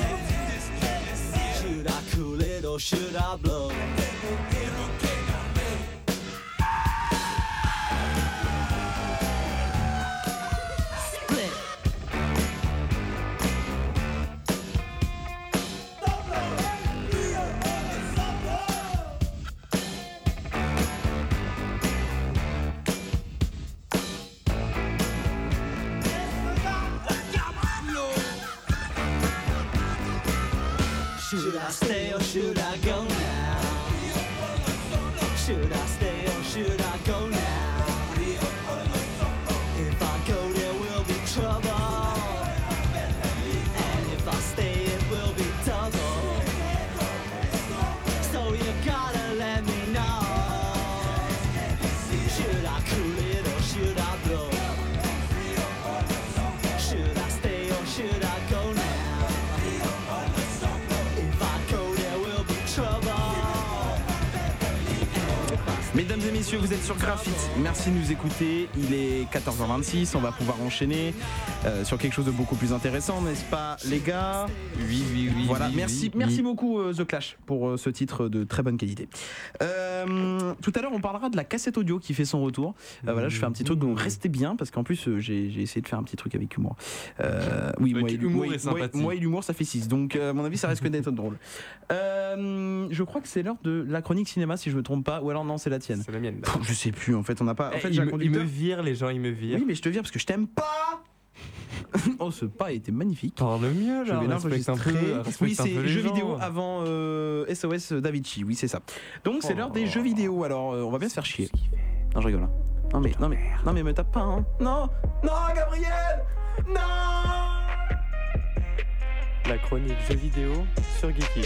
Speaker 17: Should I cool it or should I blow? Should I stay or should I go now?
Speaker 6: Mesdames et messieurs, vous êtes sur Graphite. Merci de nous écouter. Il est quatorze heures vingt-six. On va pouvoir enchaîner euh, sur quelque chose de beaucoup plus intéressant, n'est-ce pas, les gars?
Speaker 8: Oui, oui, oui.
Speaker 6: Voilà,
Speaker 8: oui,
Speaker 6: merci,
Speaker 8: oui,
Speaker 6: merci
Speaker 8: oui.
Speaker 6: beaucoup euh, The Clash pour euh, ce titre de très bonne qualité. Euh, tout à l'heure, on parlera de la cassette audio qui fait son retour. Euh, voilà, je fais un petit truc, donc restez bien parce qu'en plus, euh, j'ai, j'ai essayé de faire un petit truc avec humour. Euh, oui,
Speaker 8: Avec
Speaker 6: moi, et,
Speaker 8: humour
Speaker 6: moi,
Speaker 8: et
Speaker 6: moi,
Speaker 8: sympathie.
Speaker 6: moi et l'humour, ça fait six. Donc, euh, à mon avis, ça risque d'être drôle. Euh, je crois que c'est l'heure de la chronique cinéma, si je me trompe pas, ou alors non, c'est la tienne.
Speaker 8: C'est la mienne.
Speaker 6: Pff, je sais plus, en fait, on n'a pas. En
Speaker 8: Eh,
Speaker 6: fait,
Speaker 8: il,
Speaker 6: j'ai un
Speaker 8: me, il
Speaker 6: conducteur.
Speaker 8: me vire, les gens, ils me virent.
Speaker 6: Oui, mais je te vire parce que je t'aime pas. Oh, ce pas était magnifique.
Speaker 8: Parle mieux,
Speaker 6: Je
Speaker 8: là.
Speaker 6: vais
Speaker 8: Respecte un peu,
Speaker 6: l'enregistrer.
Speaker 8: respecte
Speaker 6: Oui,
Speaker 8: un peu
Speaker 6: c'est
Speaker 8: les
Speaker 6: jeux
Speaker 8: gens.
Speaker 6: vidéo avant euh, S O S Davichi. Oui, c'est ça. Donc, c'est
Speaker 8: Oh.
Speaker 6: l'heure des jeux vidéo. Alors, euh, on va bien se faire chier. Non, je rigole. hein. Non, mais, non, mais, non, mais me tape pas. Hein. Non, non, Gabriel. Non.
Speaker 8: La chronique jeux vidéo sur Geekit.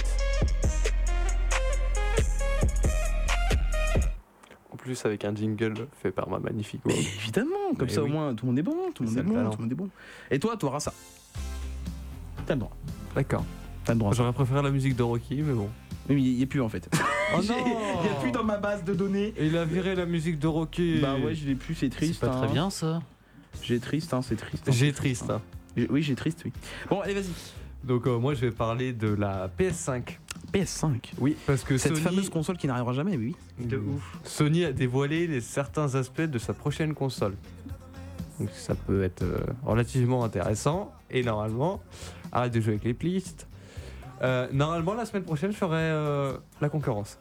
Speaker 8: En plus, avec un jingle fait par ma magnifique voix.
Speaker 6: Mais évidemment, comme
Speaker 8: Mais
Speaker 6: ça
Speaker 8: oui.
Speaker 6: au moins tout le monde est bon, tout le monde
Speaker 8: C'est
Speaker 6: est
Speaker 8: le
Speaker 6: bon,
Speaker 8: talent.
Speaker 6: tout le monde est bon. Et toi, tu auras ça. T'as le droit.
Speaker 8: D'accord.
Speaker 6: T'as le droit.
Speaker 8: J'aurais préféré la musique de Rocky, mais bon.
Speaker 6: Oui, mais il n'y a plus en fait.
Speaker 8: Oh
Speaker 6: J'ai-
Speaker 8: non.
Speaker 6: Il n'y a plus dans ma base de données.
Speaker 8: Et il a viré la musique de Rocky.
Speaker 6: Bah ouais, je l'ai plus, c'est triste.
Speaker 9: C'est pas très
Speaker 6: hein.
Speaker 9: bien ça.
Speaker 6: J'ai triste, hein, c'est triste. hein.
Speaker 8: J'ai triste. hein.
Speaker 6: J'ai- Oui, j'ai triste, oui. Bon, allez, vas-y.
Speaker 8: Donc euh, moi, je vais parler de la P S cinq.
Speaker 6: P S cinq.
Speaker 8: Oui, parce que
Speaker 6: Cette
Speaker 8: Sony,
Speaker 6: fameuse console qui n'arrivera jamais, mais oui.
Speaker 8: de ouf. Sony a dévoilé les certains aspects de sa prochaine console. Donc ça peut être euh, relativement intéressant. Et normalement, arrête de jouer avec les plistes. Euh, normalement, la semaine prochaine, je ferai euh, la concurrence.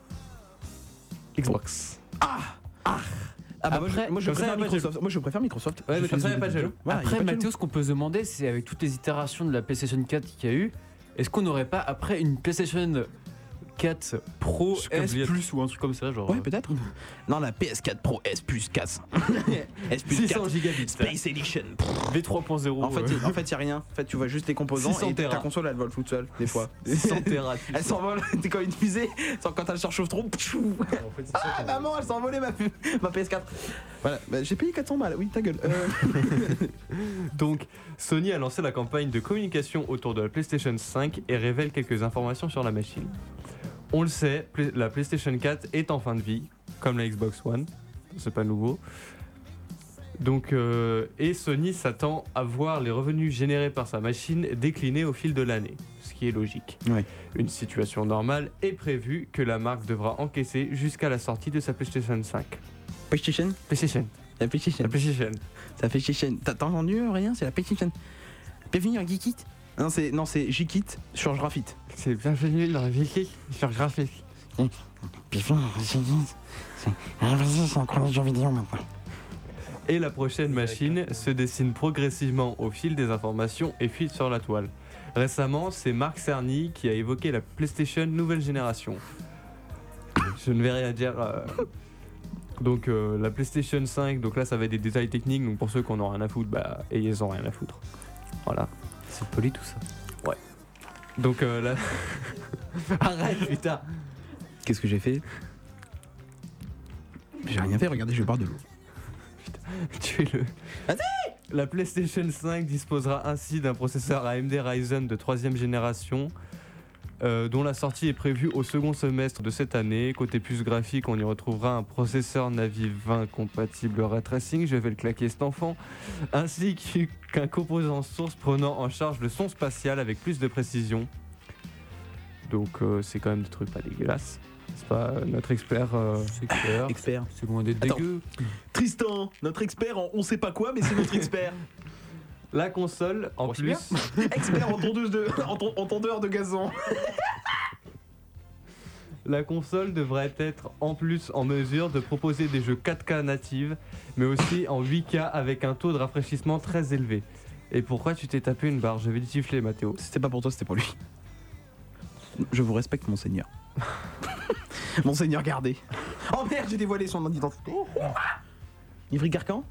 Speaker 8: Xbox.
Speaker 6: Ah Ah Ah bah moi, je,
Speaker 7: Après,
Speaker 6: moi, je
Speaker 8: comme ça,
Speaker 6: préfère
Speaker 8: y a pas de
Speaker 6: Microsoft. Moi je préfère Microsoft.
Speaker 8: Ouais,
Speaker 6: Je
Speaker 8: mais comme
Speaker 6: suis
Speaker 8: ça, y a pas de
Speaker 6: désolé.
Speaker 8: jaloux.
Speaker 6: Voilà, y a
Speaker 7: Après,
Speaker 6: pas de
Speaker 7: Mathéo,
Speaker 6: jaloux.
Speaker 7: ce qu'on peut se demander, c'est avec toutes les itérations de la PlayStation quatre qu'il y a eu, est-ce qu'on n'aurait pas après une PlayStation quatre Pro
Speaker 8: Je suis comme
Speaker 7: S
Speaker 8: Juliette.
Speaker 7: Plus ou un truc comme ça, genre.
Speaker 6: Ouais, peut-être. Non, la P S quatre Pro S Plus quatre. S Plus
Speaker 8: six
Speaker 6: quatre
Speaker 8: cents gigabits.
Speaker 6: Space Edition.
Speaker 7: V trois point zéro.
Speaker 6: En fait, il- en fait, y a rien. En fait, tu vois juste les composants
Speaker 8: six cents
Speaker 6: et ta
Speaker 8: téra.
Speaker 6: console elle vole toute seule des fois.
Speaker 8: six cents téra.
Speaker 6: Elle s'envole. T'es comme une fusée. Sans- Quand elle se réchauffe trop. pfiou. Ah maman, elle s'est envolée ma, pu- ma P S quatre. Voilà, bah, j'ai payé quatre cents balles. Oui, ta gueule. Euh,
Speaker 8: Donc, Sony a lancé la campagne de communication autour de la PlayStation cinq et révèle quelques informations sur la machine. On le sait, Play- la PlayStation quatre est en fin de vie, comme la Xbox One, c'est pas nouveau. Donc, euh, et Sony s'attend à voir les revenus générés par sa machine décliner au fil de l'année, ce qui est logique.
Speaker 6: Ouais.
Speaker 8: Une situation normale est prévue que la marque devra encaisser jusqu'à la sortie de sa PlayStation cinq.
Speaker 6: PlayStation.
Speaker 8: PlayStation.
Speaker 6: La PlayStation.
Speaker 8: La PlayStation.
Speaker 6: Ça fait PlayStation. T'as t'as entendu rien? C'est la PlayStation. Bienvenue à Geekit. Non, c'est non, c'est Geekit sur Graphite.
Speaker 8: C'est bienvenue dans la Geekit sur Graphite.
Speaker 6: Bienvenue à Geekit. Vas-y, c'est encore les jeux vidéo maintenant.
Speaker 8: Et la prochaine machine se dessine progressivement au fil des informations et fuite sur la toile. Récemment, c'est Marc Cerny qui a évoqué la PlayStation nouvelle génération. Je ne vais rien dire. euh, Donc euh, la PlayStation cinq, donc là ça va être des détails techniques, donc pour ceux qui en ont rien à foutre, bah et ils ont rien à foutre. Voilà.
Speaker 7: C'est poli tout ça.
Speaker 8: Ouais. Donc euh, là. Arrête putain.
Speaker 6: Qu'est-ce que j'ai fait? J'ai rien fait, regardez, je bois de l'eau.
Speaker 8: Tuez-le. La PlayStation cinq disposera ainsi d'un processeur A M D Ryzen de troisième génération, euh, dont la sortie est prévue au second semestre de cette année. Côté puce graphique, on y retrouvera un processeur Navi vingt compatible Ray Tracing, je vais le claquer cet enfant, ainsi qu'un composant source prenant en charge le son spatial avec plus de précision. Donc euh, c'est quand même des trucs pas dégueulasses. C'est pas euh, notre expert. euh,
Speaker 7: C'est clair.
Speaker 6: Expert.
Speaker 7: C'est loin d'être
Speaker 6: Attends.
Speaker 7: dégueu.
Speaker 6: Tristan, notre expert en on sait pas quoi, mais c'est notre expert.
Speaker 8: La console, en
Speaker 6: Oh, c'est
Speaker 8: plus.
Speaker 6: Expert en tondeuse de, en ton- en tondeur de gazon.
Speaker 8: La console devrait être en plus en mesure de proposer des jeux quatre K natives, mais aussi en huit K avec un taux de rafraîchissement très élevé. Et pourquoi tu t'es tapé une barre? Je vais te siffler, Mathéo.
Speaker 6: C'était pas pour toi, c'était pour lui. Je vous respecte, monseigneur. Monseigneur gardé. Oh merde, j'ai dévoilé son identité. Ivry Garcan.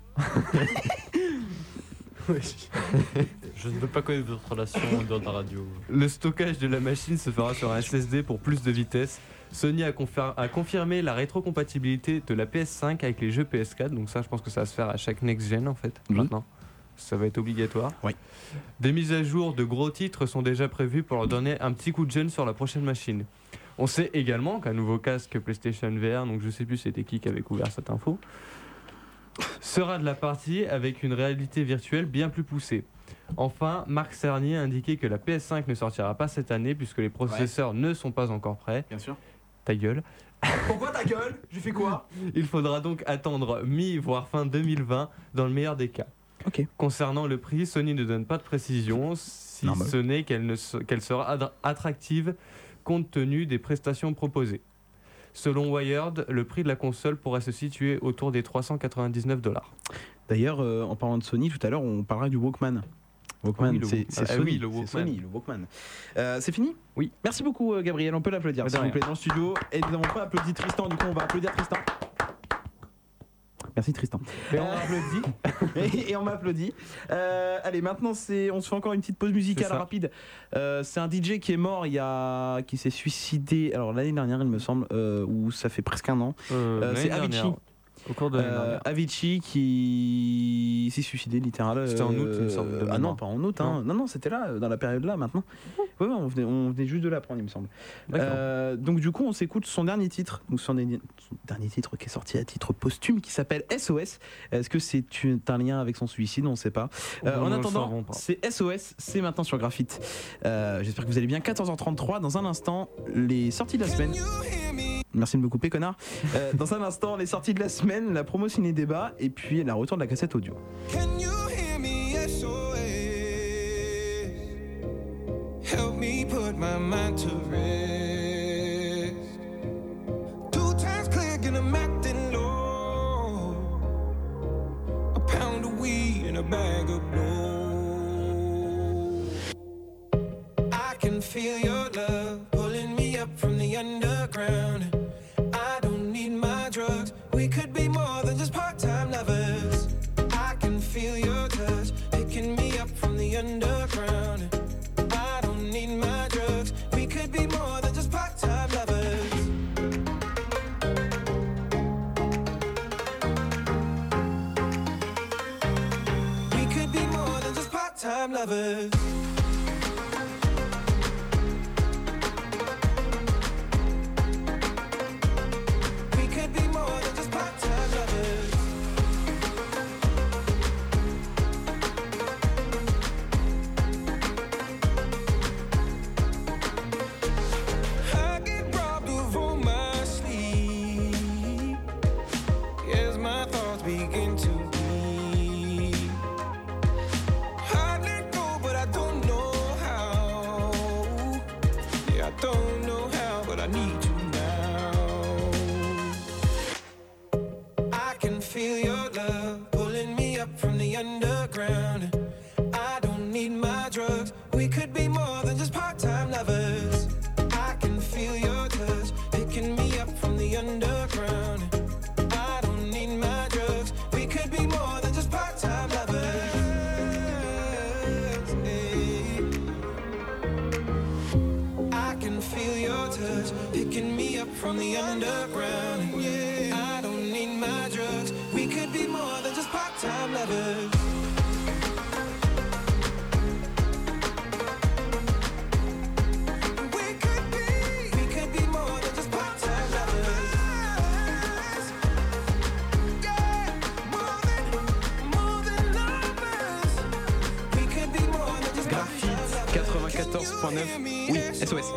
Speaker 9: Je ne veux pas connaître votre relation en dehors de la radio.
Speaker 8: Le stockage de la machine se fera sur un S S D pour plus de vitesse. Sony a, confir- a confirmé la rétrocompatibilité de la P S cinq avec les jeux P S quatre, donc ça je pense que ça va se faire à chaque next-gen en fait,
Speaker 6: Mhm.
Speaker 8: maintenant. Ça va être obligatoire.
Speaker 6: Oui.
Speaker 8: Des mises à jour de gros titres sont déjà prévues pour leur donner un petit coup de jeune sur la prochaine machine. On sait également qu'un nouveau casque PlayStation V R, donc je sais plus c'était qui qui avait couvert cette info, sera de la partie avec une réalité virtuelle bien plus poussée. Enfin, Marc Cerny a indiqué que la P S cinq ne sortira pas cette année puisque les processeurs ouais. ne sont pas encore prêts.
Speaker 6: Bien sûr.
Speaker 8: Ta gueule.
Speaker 6: Pourquoi ta gueule? J'ai fait quoi?
Speaker 8: Il faudra donc attendre mi voire fin deux mille vingt dans le meilleur des cas.
Speaker 6: Okay.
Speaker 8: Concernant le prix, Sony ne donne pas de précision, si Normal. ce n'est qu'elle, ne se, qu'elle sera ad- attractive compte tenu des prestations proposées. Selon Wired, le prix de la console pourrait se situer autour des trois cent quatre-vingt-dix-neuf dollars.
Speaker 6: D'ailleurs, euh, en parlant de Sony, tout à l'heure, on parlera du Walkman. Walkman,
Speaker 8: oui,
Speaker 6: c'est, c'est,
Speaker 8: ah,
Speaker 6: Sony,
Speaker 8: oui, le
Speaker 6: c'est
Speaker 8: Walkman.
Speaker 6: Sony, le Walkman. Euh, c'est fini?
Speaker 8: Oui.
Speaker 6: Merci beaucoup, euh, Gabriel. On peut l'applaudir, s'il
Speaker 8: rien.
Speaker 6: vous plaît, dans le studio. Et nous n'avons pas applaudi Tristan, du coup, on va applaudir Tristan. Merci Tristan.
Speaker 8: Et on m'applaudit.
Speaker 6: et, et on m'applaudit. Euh, allez, maintenant c'est, on se fait encore une petite pause musicale rapide. Euh, c'est un D J qui est mort il y a, qui s'est suicidé. Alors l'année dernière, il me semble, euh, ou ça fait presque un an.
Speaker 8: Euh,
Speaker 6: euh, c'est Avicii.
Speaker 8: Au cours de
Speaker 6: euh, Avicii qui s'est suicidé littéralement.
Speaker 8: C'était en août, il me semble.
Speaker 6: Euh, ah non, pas en août. Hein. Non, non, non c'était là, dans la période là maintenant. Oui, ouais, on, venait, on venait juste de l'apprendre, il me semble. Euh, donc du coup, on s'écoute son dernier titre, donc son, son dernier titre qui est sorti à titre posthume, qui s'appelle S O S. Est-ce que c'est un lien avec son suicide? On ne sait pas. Euh, en attendant, c'est S O S, c'est maintenant sur Graphite. Euh, j'espère que vous allez bien. quatorze heures trente-trois, dans un instant, les sorties de la semaine. Merci de me couper, connard. Euh, dans un instant, les sorties de la semaine, la promo ciné-débat et puis la retour de la cassette audio.
Speaker 17: Can you hear me? S O S. Help me put my mind to rest. Two times click and I'm acting low. A pound of weed and a bag of blow. I can feel your love pulling me up from the underground. I don't need my drugs. We could be more than just part-time lovers. I can feel your touch picking me up from the underground. I don't need my drugs. We could be more than just part-time lovers. We could be more than just part-time lovers. From the underground, yeah. I don't need my drugs. We could be more than just part-time lovers. We could be, we could be more than just part-time lovers. Yeah, more than, more than lovers. We could be more than just
Speaker 6: Graphite quatre-vingt-quatorze point neuf. Oui, S O S.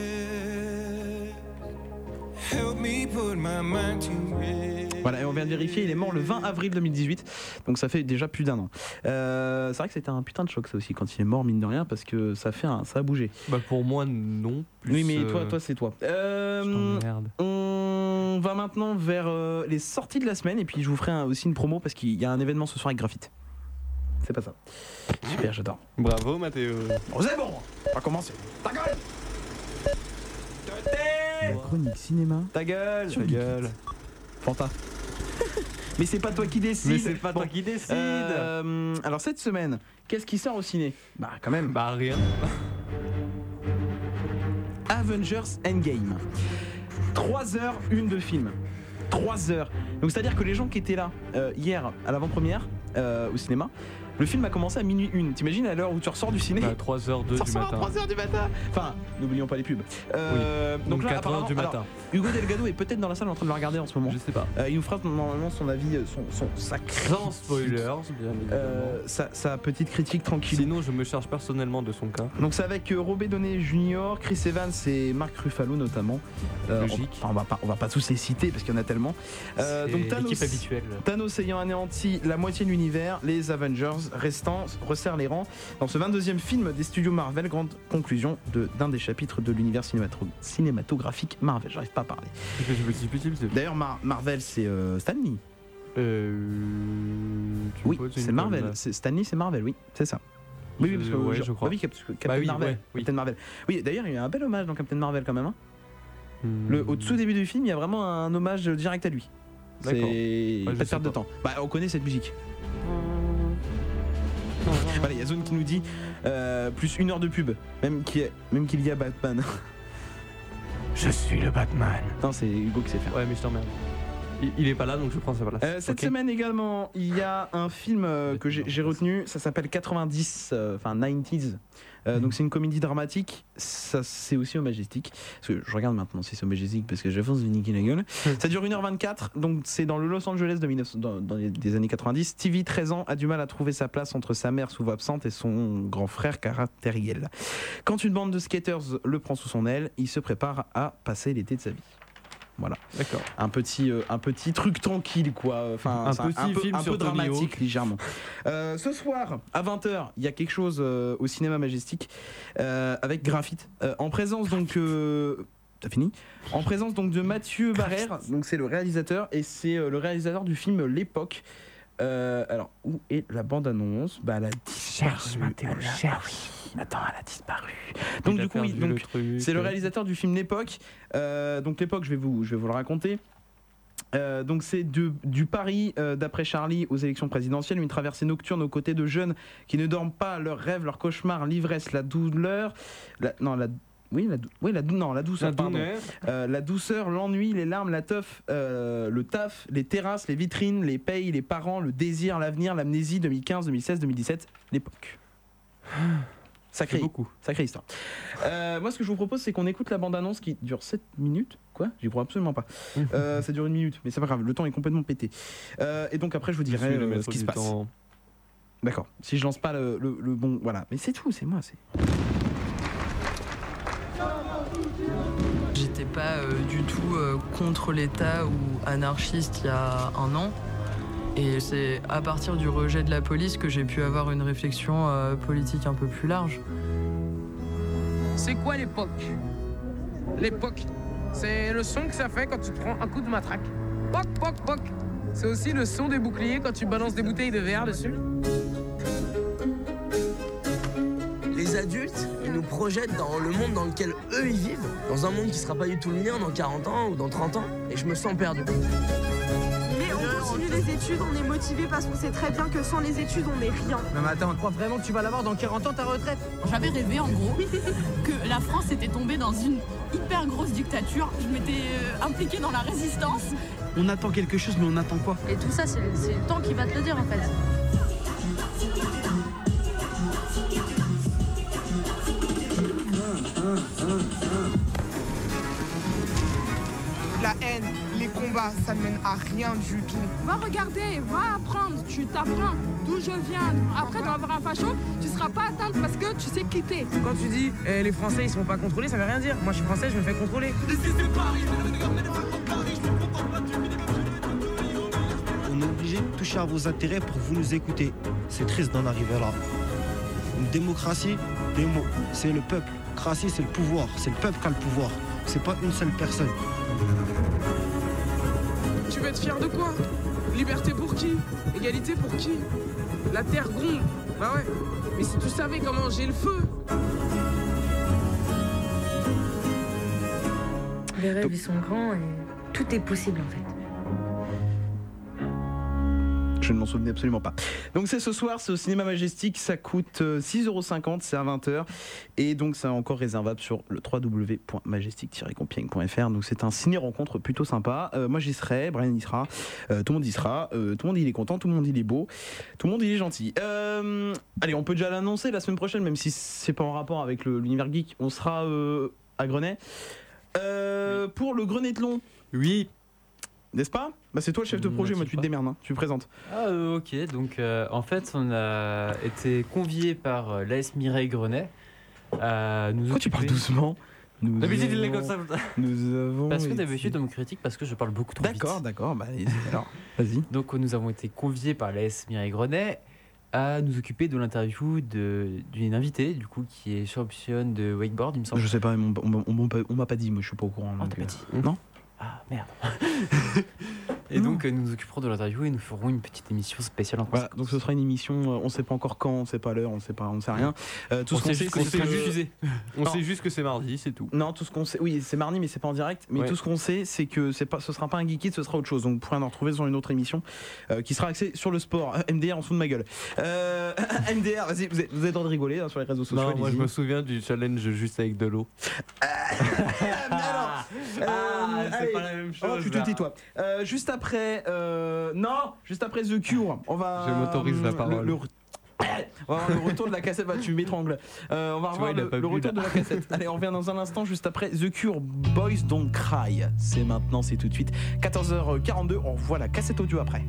Speaker 6: Voilà, et on vient de vérifier, il est mort le vingt avril deux mille dix-huit, donc ça fait déjà plus d'un an. Euh, c'est vrai que c'était un putain de choc ça aussi quand il est mort, mine de rien, parce que ça fait un, ça a bougé.
Speaker 8: Bah pour moi non. Plus
Speaker 6: oui mais
Speaker 8: euh...
Speaker 6: toi, toi c'est toi. Euh, on va maintenant vers euh, les sorties de la semaine et puis je vous ferai un, aussi une promo parce qu'il y a un événement ce soir avec Graphite. C'est pas ça. Super, j'adore.
Speaker 8: Bravo Mathéo.
Speaker 6: Bon, c'est bon, on va commencer. Ta gueule. La chronique cinéma. Ta gueule.
Speaker 8: Ta gueule.
Speaker 6: Fanta. Mais c'est pas toi qui décide.
Speaker 8: Mais c'est pas bon. toi qui décide.
Speaker 6: Euh, alors cette semaine, qu'est-ce qui sort au ciné? Bah quand même.
Speaker 8: Bah rien.
Speaker 6: Avengers Endgame. trois heures une de film. trois heures. Donc c'est à dire que les gens qui étaient là euh, hier à l'avant-première euh, au cinéma Le film a commencé à minuit une. T'imagines à l'heure où tu ressors du ciné?
Speaker 8: Bah, trois heures deux
Speaker 6: Ça
Speaker 8: du
Speaker 6: ressort
Speaker 8: matin.
Speaker 6: à trois heures du matin. Enfin, n'oublions pas les pubs. Euh,
Speaker 8: Oui. Donc,
Speaker 6: là,
Speaker 8: quatre heures du
Speaker 6: apparemment-
Speaker 8: matin.
Speaker 6: alors, Hugo Delgado est peut-être dans la salle en train de la regarder en ce moment.
Speaker 8: Je sais pas.
Speaker 6: Euh, il nous fera normalement son avis, euh, son, son, sa
Speaker 8: Sans spoilers, bien évidemment.
Speaker 6: euh, sa, sa petite critique tranquille.
Speaker 8: Sinon, je me charge personnellement de son cas.
Speaker 6: Donc c'est avec euh, Robert Downey junior, Chris Evans et Mark Ruffalo notamment. Euh,
Speaker 8: Logique.
Speaker 6: On, on va pas, on va pas tous les citer parce qu'il y en a tellement. Euh,
Speaker 7: C'est
Speaker 6: donc Thanos,
Speaker 7: l'équipe habituelle.
Speaker 6: Thanos ayant anéanti la moitié de l'univers, les Avengers restants resserrent les rangs. Dans ce vingt-deuxième film des studios Marvel, grande conclusion de, d'un des chapitres de l'univers cinémato- cinématographique Marvel. J'arrive pas à parler. D'ailleurs, Mar- Marvel, c'est euh, Stan Lee.
Speaker 8: Euh, tu me
Speaker 6: Oui,
Speaker 8: poses une
Speaker 6: c'est Marvel.
Speaker 8: colle, là.
Speaker 6: C'est Stan Lee, c'est Marvel, oui, c'est ça. Oui, oui, parce que,
Speaker 8: ouais,
Speaker 6: je,
Speaker 8: je crois.
Speaker 6: bah oui, parce que Captain
Speaker 8: Bah oui,
Speaker 6: Marvel.
Speaker 8: ouais, oui.
Speaker 6: Captain Marvel. Oui, d'ailleurs, il y a un bel hommage dans Captain Marvel quand même. Hein.
Speaker 8: Hmm.
Speaker 6: Le, au tout début du film, il y a vraiment un hommage direct à lui. C'est
Speaker 8: D'accord. Ouais,
Speaker 6: pas
Speaker 8: je
Speaker 6: de
Speaker 8: sais
Speaker 6: perte de
Speaker 8: pas.
Speaker 6: temps. Bah, on connaît cette musique. Voilà, il y a Zone qui nous dit euh, plus une heure de pub, même qu'il y a, même qu'il y a Batman.
Speaker 5: Je suis le Batman.
Speaker 6: Non, c'est Hugo qui sait faire.
Speaker 8: Ouais, mais je t'emmerde. Il, il est pas là, donc je prends sa place.
Speaker 6: Euh, cette
Speaker 8: Ok.
Speaker 6: semaine également, il y a un film euh, que j'ai j'ai retenu, ça s'appelle quatre-vingt-dix, euh, enfin quatre-vingt-dix. Euh, donc c'est une comédie dramatique, ça c'est aussi au Majestic. Parce que je regarde maintenant si c'est au Majestic parce que j'avance de niquer la gueule. Ça dure une heure vingt-quatre, donc c'est dans le Los Angeles de mille neuf cents, dans, dans les des années quatre-vingt-dix. Stevie, treize ans, a du mal à trouver sa place entre sa mère souvent absente et son grand frère caractériel. Quand une bande de skaters le prend sous son aile, il se prépare à passer l'été de sa vie. Voilà.
Speaker 8: D'accord.
Speaker 6: Un petit, euh, un petit truc tranquille, quoi. Enfin,
Speaker 8: Un
Speaker 6: c'est
Speaker 8: petit
Speaker 6: peu,
Speaker 8: film
Speaker 6: un
Speaker 8: sur
Speaker 6: peu
Speaker 8: Tony
Speaker 6: dramatique,
Speaker 8: Hawk.
Speaker 6: légèrement. Euh, ce soir, à vingt heures, il y a quelque chose euh, au cinéma Majestic euh, avec Graphite. Euh, en présence, donc. Euh, T'as fini? En présence donc de Mathieu Barrère, donc c'est le réalisateur et c'est euh, le réalisateur du film L'époque. Euh, alors où est la bande annonce? Bah elle a disparu. Elle a- ah oui, attends, elle a disparu. Donc
Speaker 8: Il a
Speaker 6: du coup, oui,
Speaker 8: perdu le
Speaker 6: donc
Speaker 8: truc.
Speaker 6: c'est le réalisateur du film L'époque. Euh, donc L'époque, je vais vous, je vais vous le raconter. Euh, donc c'est de- du Paris euh, d'après Charlie aux élections présidentielles, une traversée nocturne aux côtés de jeunes qui ne dorment pas, leurs rêves, leurs cauchemars, l'ivresse, la douleur, la, non la oui la, dou- oui, la, dou- non, la douceur,
Speaker 8: La
Speaker 6: pardon.
Speaker 8: douleur.
Speaker 6: Euh, la douceur, l'ennui, les larmes, la teuf, euh, le taf, les terrasses, les vitrines, les payes, les parents, le désir, l'avenir, l'amnésie, deux mille quinze, deux mille seize, deux mille dix-sept, l'époque. Sacré,
Speaker 8: C'est beaucoup.
Speaker 6: sacrée histoire. Euh, moi, ce que je vous propose, c'est qu'on écoute la bande-annonce qui dure sept minutes. Quoi? J'y crois absolument pas. Euh, ça dure une minute, mais c'est pas grave, le temps est complètement pété. Euh, et donc après, je vous
Speaker 8: Je
Speaker 6: dirai
Speaker 8: suis le
Speaker 6: euh,
Speaker 8: maître
Speaker 6: ce qui
Speaker 8: du
Speaker 6: se passe.
Speaker 8: temps.
Speaker 6: D'accord. Si je lance pas le, le- le bon, voilà. Mais c'est tout, c'est moi. C'est.
Speaker 18: J'étais pas euh, du tout euh, contre l'État ou anarchiste il y a un an. Et c'est à partir du rejet de la police que j'ai pu avoir une réflexion euh, politique un peu plus large.
Speaker 19: C'est quoi l'époque? L'époque, c'est le son que ça fait quand tu te prends un coup de matraque. Poc, poc, poc. C'est aussi le son des boucliers quand tu balances des bouteilles de verre dessus.
Speaker 20: Les adultes, ils nous projettent dans le monde dans lequel eux ils vivent, dans un monde qui sera pas du tout le mien dans quarante ans ou dans trente ans, et je me sens perdu.
Speaker 21: Mais on continue les études, on est motivé parce qu'on sait très bien que sans les études, on n'est rien.
Speaker 19: Non mais attends, crois vraiment que tu vas l'avoir dans quarante ans ta retraite?
Speaker 22: J'avais rêvé en gros que la France était tombée dans une hyper grosse dictature. Je m'étais euh, impliquée dans la résistance.
Speaker 9: On attend quelque chose, mais on attend quoi?
Speaker 23: Et tout ça, c'est c'est le temps qui va te le dire en fait.
Speaker 24: La haine, les combats, ça ne mène à rien du tout.
Speaker 21: Va regarder, va apprendre, tu t'apprends d'où je viens. Après, dans avoir un facho, tu seras pas atteinte parce que tu sais quitter.
Speaker 19: Quand tu dis eh, les Français ils sont pas contrôlés, ça veut rien dire. Moi je suis français, je me fais contrôler.
Speaker 25: On est obligé de toucher à vos intérêts pour vous nous écouter. C'est triste d'en arriver là. Une démocratie, des mots. C'est le peuple. Cratie, c'est le pouvoir. C'est le peuple qui a le pouvoir. C'est pas une seule personne.
Speaker 19: Tu veux être fier de quoi? Liberté pour qui? Égalité pour qui? La terre gronde. Bah ouais. Mais si tu savais comment j'ai le feu.
Speaker 12: Les rêves, ils sont grands et tout est possible en fait.
Speaker 6: je ne m'en souvenais absolument pas. Donc c'est ce soir, c'est au Cinéma Majestic, ça coûte six euros cinquante, c'est à vingt heures. Et donc c'est encore réservable sur le w w w point majestic tiret compiègne point f r. Donc c'est un ciné-rencontre plutôt sympa. Euh, moi j'y serai, Brian y sera, euh, tout le monde y sera, euh, tout le monde il est content, tout le monde il est beau, tout le monde il est gentil. Euh, allez, on peut déjà l'annoncer la semaine prochaine, même si c'est pas en rapport avec le, l'univers geek, on sera euh, à Grenay. Euh, oui. Pour le Grenethlon.
Speaker 7: Oui.
Speaker 6: N'est-ce pas? Bah c'est toi le chef de projet, moi tu te démerdes, hein. Tu te présentes.
Speaker 7: Ah euh, ok, donc euh, en fait on a été convié par euh, l'A S Mireille Grenay à nous.
Speaker 6: Pourquoi occuper... tu parles doucement?
Speaker 7: Nous d'habitude il est comme ça.
Speaker 6: Nous avons.
Speaker 7: Parce que d'habitude on me critique parce que je parle beaucoup trop vite.
Speaker 6: D'accord, d'accord, bah alors vas-y.
Speaker 7: Donc nous avons été conviés par l'A S Mireille Grenay à nous occuper de l'interview de, d'une invitée du coup qui est championne de wakeboard il me semble.
Speaker 6: Je sais pas, on, on, on, on m'a pas dit, moi je suis pas au courant.
Speaker 7: Oh, t'as pas dit.
Speaker 6: Non.
Speaker 7: Ah merde. Et donc euh, nous nous occuperons de l'interview et nous ferons une petite émission spéciale en
Speaker 6: voilà, donc ce sera une émission, euh, on sait pas encore quand, on sait pas l'heure, on sait pas, on sait rien. Euh, tout
Speaker 8: on
Speaker 6: ce qu'on
Speaker 8: sait,
Speaker 6: sait, c'est
Speaker 8: que,
Speaker 6: que
Speaker 8: diffusé. On non. sait juste que c'est mardi, c'est tout.
Speaker 6: Non, tout ce qu'on sait, oui c'est mardi mais c'est pas en direct. Mais ouais. Tout ce qu'on sait c'est que c'est pas, ce sera pas un Geek It, ce sera autre chose. Donc vous pourrez en retrouver sur une autre émission euh, qui sera axée sur le sport. M D R en dessous de ma gueule. Euh, M D R, vas-y, vous êtes, vous êtes en train de rigoler hein, sur les réseaux sociaux.
Speaker 8: Non, moi je me souviens du challenge juste avec de l'eau.
Speaker 6: Alors, euh,
Speaker 8: ah, c'est
Speaker 6: allez,
Speaker 8: pas la même chose.
Speaker 6: Oh, tu te tais-toi. Euh, juste après, euh, non, juste après The Cure, on va.
Speaker 8: Je m'autorise la parole.
Speaker 6: Le, le, on va avoir le retour de la cassette. Bah, tu m'étrangles. Euh, on va revoir le, le retour là. de la cassette. Allez, on revient dans un instant, juste après The Cure, Boys Don't Cry. C'est maintenant, c'est tout de suite. quatorze heures quarante-deux, on revoit la cassette audio après.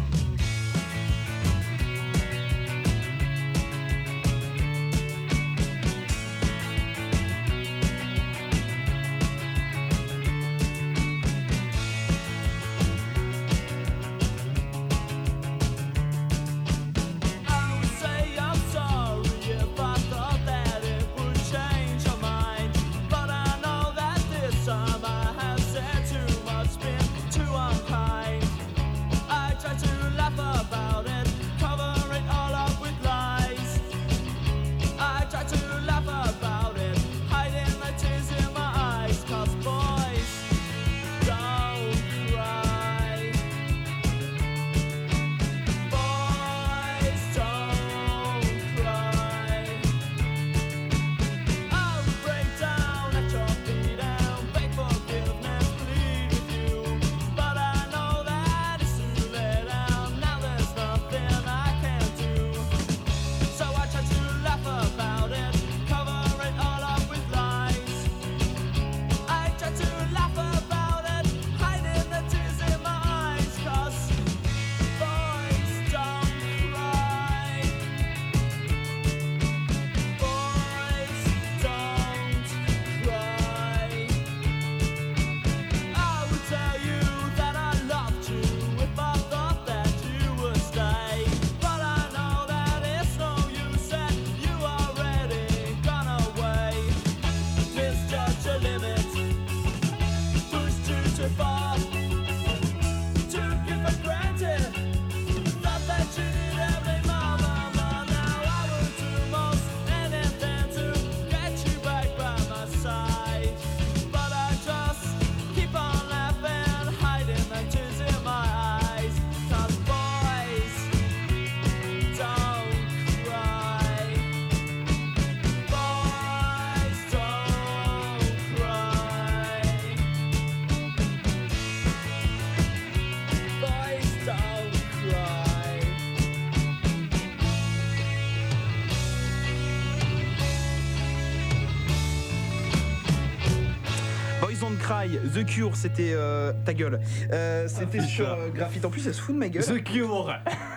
Speaker 6: Cry, The Cure, c'était euh, ta gueule. Euh, c'était ah, sur euh, Graphite. En plus, elle se fout de ma gueule.
Speaker 8: The Cure.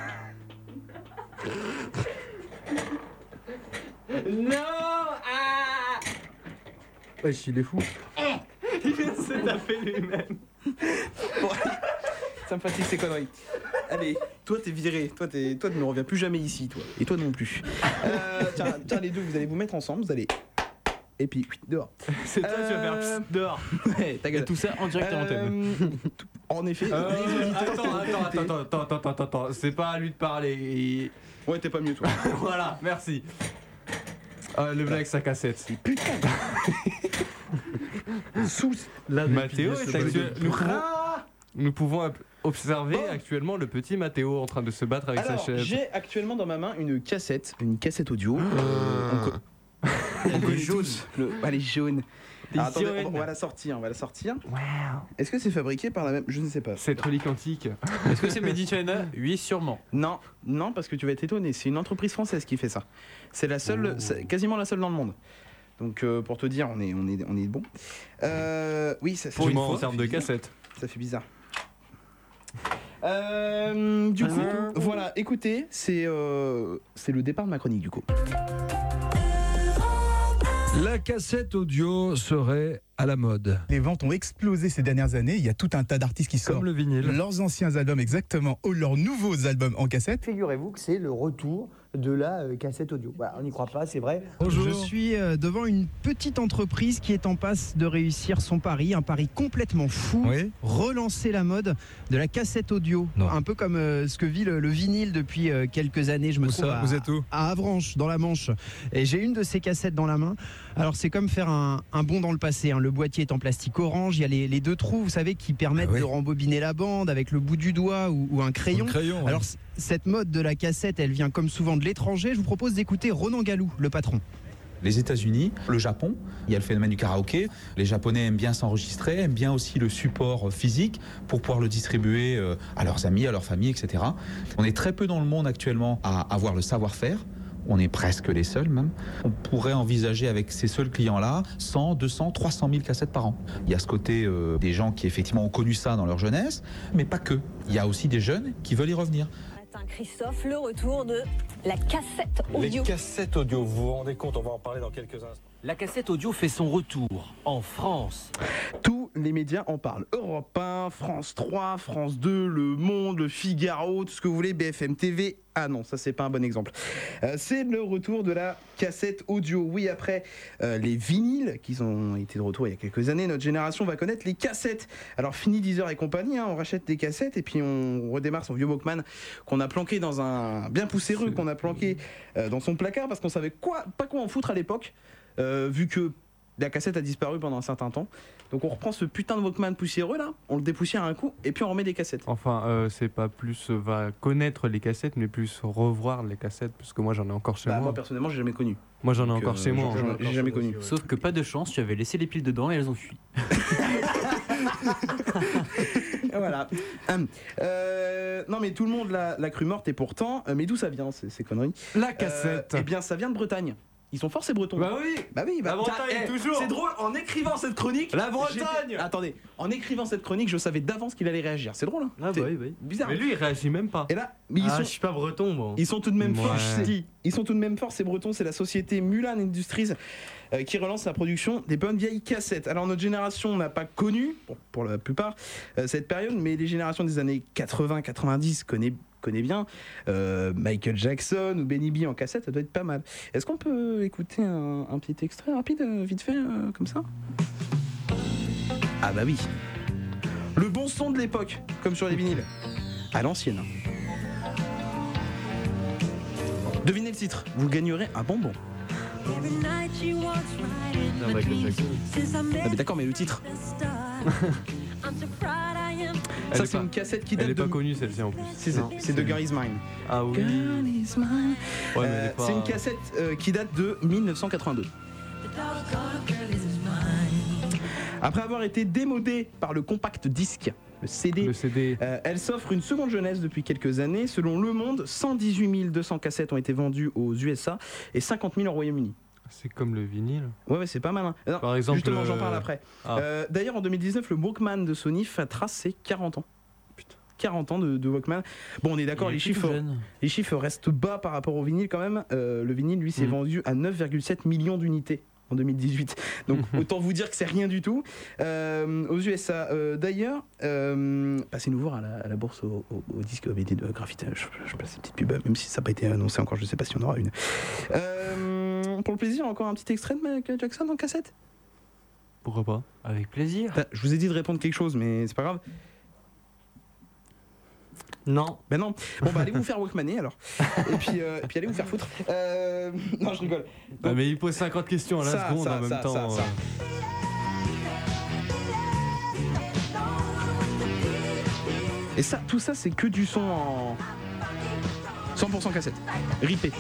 Speaker 6: Non. Ah.
Speaker 9: Wesh, il est fou.
Speaker 8: Il s'est tapé lui-même.
Speaker 6: Bon, ça me fatigue ces conneries. Allez, toi t'es viré, toi, t'es, toi tu ne reviens plus jamais ici, toi. Et toi non plus. Euh, tiens, tiens, les deux, vous allez vous mettre ensemble, vous allez. Et puis, dehors.
Speaker 8: C'est toi, euh... tu vas faire dehors.
Speaker 6: Ouais, ta gueule.
Speaker 7: Et tout ça en direct à l'antenne.
Speaker 6: Euh... En effet.
Speaker 8: Euh, attends, attends, attends, attends, attends, attends, attends, c'est pas à lui de parler. Et...
Speaker 6: Ouais, t'es pas mieux, toi.
Speaker 8: Voilà, merci. Euh, le blague sa cassette.
Speaker 6: Putain.
Speaker 8: Sous. Mathéo est actuel. Nous pouvons, nous pouvons observer bon. actuellement le petit Mathéo en train de se battre avec
Speaker 6: Alors,
Speaker 8: sa chaise.
Speaker 6: J'ai actuellement dans ma main une cassette, une cassette audio. Euh, on, co- on connaît tous le... Elle est jaune. Alors, attendez, on, on va la sortir, on va la sortir.
Speaker 8: Wow.
Speaker 6: Est-ce que c'est fabriqué par la même... Je ne sais pas.
Speaker 8: C'est relique antique.
Speaker 7: Est-ce que c'est Made in China? Oui, sûrement.
Speaker 6: Non, non, parce que tu vas être étonné. C'est une entreprise française qui fait ça. C'est la seule, c'est quasiment la seule dans le monde. Donc euh, pour te dire, on est, on est, on est bon. Euh, oui, ça fait
Speaker 8: en termes de cassette.
Speaker 6: Ça fait bizarre. Euh, du coup, euh... voilà. Écoutez, c'est, euh, c'est le départ de ma chronique du coup.
Speaker 2: La cassette audio serait à la mode.
Speaker 3: Les ventes ont explosé ces dernières années. Il y a tout un tas d'artistes qui sortent.
Speaker 2: Comme le vinyle.
Speaker 3: Leurs anciens albums, exactement, ou leurs nouveaux albums en cassette.
Speaker 4: Figurez-vous que c'est le retour de la euh, cassette audio. Voilà, on n'y croit pas, c'est vrai.
Speaker 3: Bonjour.
Speaker 10: Je suis euh, devant une petite entreprise qui est en passe de réussir son pari, un pari complètement fou.
Speaker 2: Oui.
Speaker 10: Relancer la mode de la cassette audio.
Speaker 2: Non.
Speaker 10: Un peu comme euh, ce que vit le, le vinyle depuis euh, quelques années. Je me
Speaker 2: où
Speaker 10: trouve
Speaker 2: ça
Speaker 10: à,
Speaker 2: Vous êtes où
Speaker 10: à Avranches, dans la Manche. Et j'ai une de ces cassettes dans la main. Alors c'est comme faire un, un bond dans le passé. Hein. Le boîtier est en plastique orange. Il y a les, les deux trous, vous savez, qui permettent
Speaker 2: ah oui.
Speaker 10: de rembobiner la bande avec le bout du doigt ou, ou un crayon.
Speaker 2: Un crayon
Speaker 10: Alors
Speaker 2: oui.
Speaker 10: cette mode de la cassette, elle vient comme souvent de l'étranger. Je vous propose d'écouter Ronan Galou, le patron.
Speaker 11: Les États-Unis, le Japon, il y a le phénomène du karaoké. Les Japonais aiment bien s'enregistrer, aiment bien aussi le support physique pour pouvoir le distribuer à leurs amis, à leur famille, et cetera. On est très peu dans le monde actuellement à avoir le savoir-faire. On est presque les seuls même. On pourrait envisager avec ces seuls clients-là cent, deux cents, trois cent mille cassettes par an. Il y a ce côté euh, des gens qui effectivement ont connu ça dans leur jeunesse, mais pas que. Il y a aussi des jeunes qui veulent y revenir.
Speaker 26: Christophe, le retour de la cassette audio.
Speaker 27: Les cassettes audio, vous vous rendez compte, on va en parler dans quelques instants.
Speaker 28: La cassette audio fait son retour en France.
Speaker 6: Tous les médias en parlent. Europe un, France trois, France deux, Le Monde, Le Figaro, tout ce que vous voulez, B F M T V. Ah non, ça c'est pas un bon exemple. Euh, c'est le retour de la cassette audio. Oui, après euh, les vinyles qui ont été de retour il y a quelques années, notre génération va connaître les cassettes. Alors fini Deezer et compagnie, hein, on rachète des cassettes et puis on redémarre son vieux Walkman qu'on a planqué dans un bien poussiéreux, qu'on a planqué euh, dans son placard parce qu'on savait quoi, pas quoi en foutre à l'époque. Euh, vu que la cassette a disparu pendant un certain temps. Donc on reprend ce putain de Walkman poussiéreux là, on le dépoussière un coup et puis on remet des cassettes.
Speaker 8: Enfin, euh, c'est pas plus euh, va connaître les cassettes, mais plus revoir les cassettes, parce que moi j'en ai encore chez
Speaker 6: bah,
Speaker 8: moi.
Speaker 6: Moi personnellement j'ai jamais connu.
Speaker 8: Moi j'en ai
Speaker 6: Donc,
Speaker 8: encore
Speaker 6: euh,
Speaker 8: chez moi.
Speaker 6: J'en, j'ai jamais connu.
Speaker 7: Ouais. Sauf que pas de chance, tu avais laissé les piles dedans et elles ont fui.
Speaker 6: Voilà. Euh, non mais tout le monde l'a, l'a cru morte et pourtant, euh, mais d'où ça vient ces, ces conneries?
Speaker 8: La cassette.
Speaker 6: Euh, eh bien ça vient de Bretagne. Ils sont forts ces Bretons.
Speaker 8: Bah oui.
Speaker 6: Bah oui. Bah,
Speaker 8: la Bretagne
Speaker 6: tiens,
Speaker 8: toujours.
Speaker 6: C'est drôle. En écrivant cette chronique.
Speaker 8: La Bretagne.
Speaker 6: Attendez. En écrivant cette chronique, je savais d'avance qu'il allait réagir. C'est drôle. Hein.
Speaker 9: Ah bah oui, oui.
Speaker 6: Bizarre.
Speaker 8: Mais lui il réagit même pas.
Speaker 6: Et là, mais ils
Speaker 9: ah,
Speaker 6: sont.
Speaker 9: Je suis pas breton moi.
Speaker 6: Ils sont tout de même
Speaker 8: ouais.
Speaker 6: forts. Je dis. Ils sont tout de même forts ces Bretons. C'est la société Mulan Industries euh, qui relance la production des bonnes vieilles cassettes. Alors notre génération n'a pas connu, bon, pour la plupart, euh, cette période, mais les générations des années quatre-vingts quatre-vingt-dix connaissent connaît bien euh, Michael Jackson ou Benny B en cassette, ça doit être pas mal. Est-ce qu'on peut écouter un, un petit extrait rapide, euh, vite fait, euh, comme ça? Ah bah oui. Le bon son de l'époque, comme sur les vinyles. À l'ancienne. Devinez le titre, vous gagnerez un bonbon.
Speaker 8: Non, Michael Jackson.
Speaker 6: Ah mais d'accord, mais le titre. Ça c'est
Speaker 8: pas,
Speaker 6: une cassette qui date
Speaker 8: elle est
Speaker 6: de...
Speaker 8: pas connue celle-ci en plus.
Speaker 6: C'est, c'est, c'est de Girl Is Mine.
Speaker 8: Ah oui.
Speaker 6: Girl Is Mine.
Speaker 8: Ouais,
Speaker 6: euh,
Speaker 8: pas...
Speaker 6: C'est une cassette euh, qui date de dix-neuf cent quatre-vingt-deux. Après avoir été démodée par le compact disque, le C D,
Speaker 8: le C D.
Speaker 6: Euh, elle s'offre une seconde jeunesse depuis quelques années. Selon Le Monde, cent dix-huit mille deux cents cassettes ont été vendues aux U S A et cinquante mille au Royaume-Uni.
Speaker 8: C'est comme le vinyle.
Speaker 6: Ouais, ouais, c'est pas mal. Hein. Non,
Speaker 8: Par exemple,
Speaker 6: justement,
Speaker 8: euh...
Speaker 6: j'en parle après. Ah. Euh, d'ailleurs, en deux mille dix-neuf, le Walkman de Sony fêtera ses quarante ans. Putain. quarante ans de, de Walkman. Bon, on est d'accord, les chiffres, les chiffres restent bas par rapport au vinyle quand même. Euh, le vinyle, lui, s'est mmh. vendu à neuf virgule sept millions d'unités en deux mille dix-huit. Donc mmh. autant vous dire que c'est rien du tout. Euh, aux U S A, euh, d'ailleurs, euh, passez-nous voir à la, à la bourse au, au, au disque O B D de Graffiti. Je, je passe une petite pub, même si ça n'a pas été annoncé encore, je ne sais pas si on aura une. Euh, pour le plaisir, encore un petit extrait de Michael Jackson en cassette?
Speaker 8: Pourquoi pas?
Speaker 7: Avec plaisir.
Speaker 6: Je vous ai dit de répondre quelque chose, mais c'est pas grave.
Speaker 9: Non.
Speaker 6: Ben non. Bon bah allez vous faire Walkmaner alors. Et puis, euh, et puis allez vous faire foutre. Euh... Non, je rigole. Donc,
Speaker 8: bah mais il pose cinquante questions à la
Speaker 6: ça,
Speaker 8: seconde
Speaker 6: ça,
Speaker 8: en même
Speaker 6: ça,
Speaker 8: temps.
Speaker 6: Ça, ça. Et ça, tout ça, c'est que du son en cent pour cent cassette, ripé.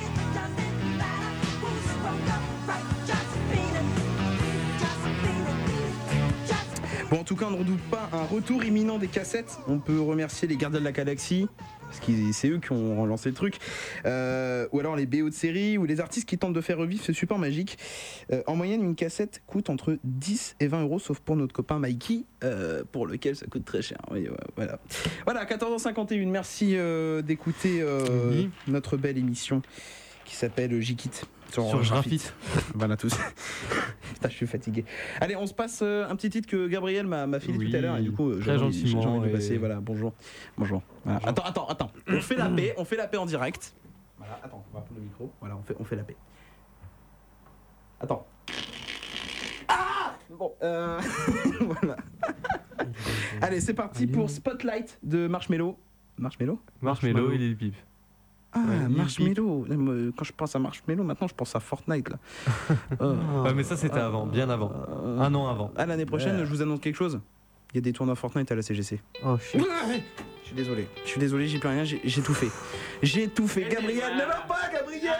Speaker 6: Bon, en tout cas, on ne redoute pas un retour imminent des cassettes. On peut remercier les Gardiens de la Galaxie, parce que c'est eux qui ont relancé le truc. Euh, ou alors les B O de série, ou les artistes qui tentent de faire revivre ce support magique. Euh, en moyenne, une cassette coûte entre dix et vingt euros, sauf pour notre copain Mikey, euh, pour lequel ça coûte très cher. Oui, ouais, voilà. Voilà, quatorze heures cinquante et une. Merci euh, d'écouter euh, oui. notre belle émission qui s'appelle J-Kit. Sur,
Speaker 8: sur Graphite.
Speaker 6: Voilà tous. Putain, je suis fatigué. Allez, on se passe euh, un petit titre que Gabriel m'a, m'a filé oui, tout à l'heure et du coup,
Speaker 8: très gentiment.
Speaker 6: J'ai envie de
Speaker 8: et...
Speaker 6: passer. Voilà, bonjour, bonjour. Voilà. Bonjour. Attends, attends, attends. On fait la paix, on fait la paix en direct. Voilà, attends, on va prendre le micro. Voilà, on fait, on fait la paix. Attends. Ah bon, euh... voilà. Allez, c'est parti Allez. pour Spotlight de Marshmello. Marshmello.
Speaker 8: Marshmello et Lil Peep.
Speaker 6: Ah, ouais, Marshmello. Quand je pense à Marshmello, maintenant je pense à Fortnite là.
Speaker 8: euh, ouais, mais ça c'était euh, avant, bien avant. Euh, Un an avant.
Speaker 6: À l'année prochaine, ouais. je vous annonce quelque chose. Il y a des tournois Fortnite à la C G C.
Speaker 8: Oh shit.
Speaker 6: Je suis désolé. Je suis désolé, j'ai plus rien, j'ai, j'ai tout fait. J'ai tout fait. Gabriel, ne va pas, Gabriel.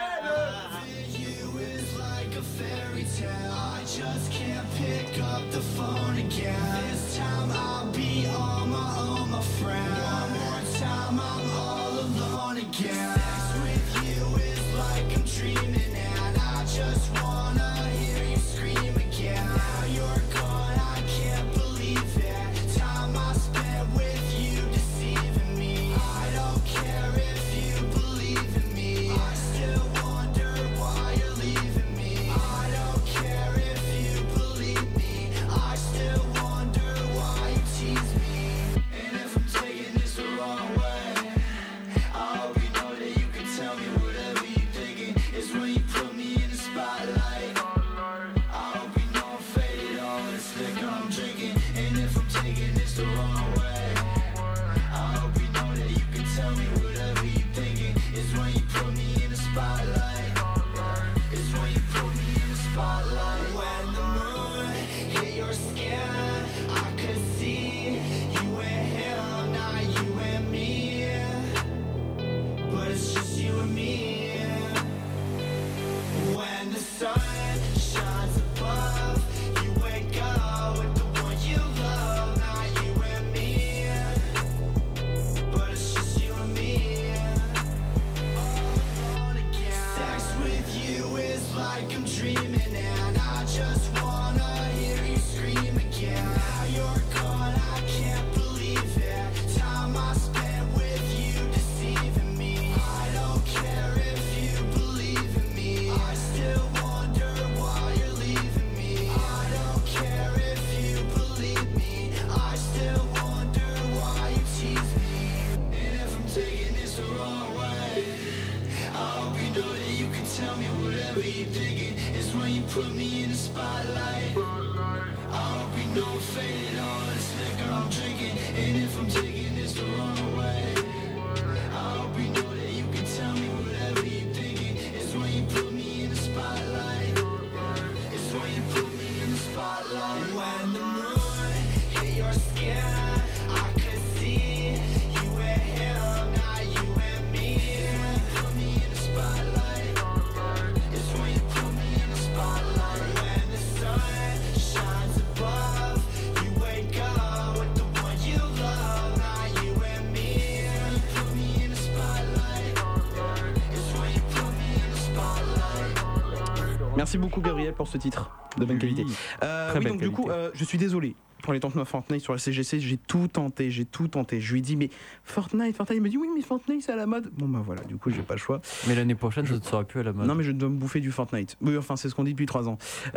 Speaker 6: Merci beaucoup Gabriel pour ce titre de bonne qualité. Euh, oui, donc qualité. Du coup, euh, je suis désolé pour les tournois Fortnite sur la C G C, j'ai tout tenté, j'ai tout tenté. Je lui ai dit mais Fortnite, Fortnite, il me dit oui mais Fortnite c'est à la mode. Bon bah voilà, du coup j'ai pas le choix.
Speaker 7: Mais l'année prochaine ça ne sera plus à la mode.
Speaker 6: Non mais je dois me bouffer du Fortnite. Oui enfin c'est ce qu'on dit depuis trois ans.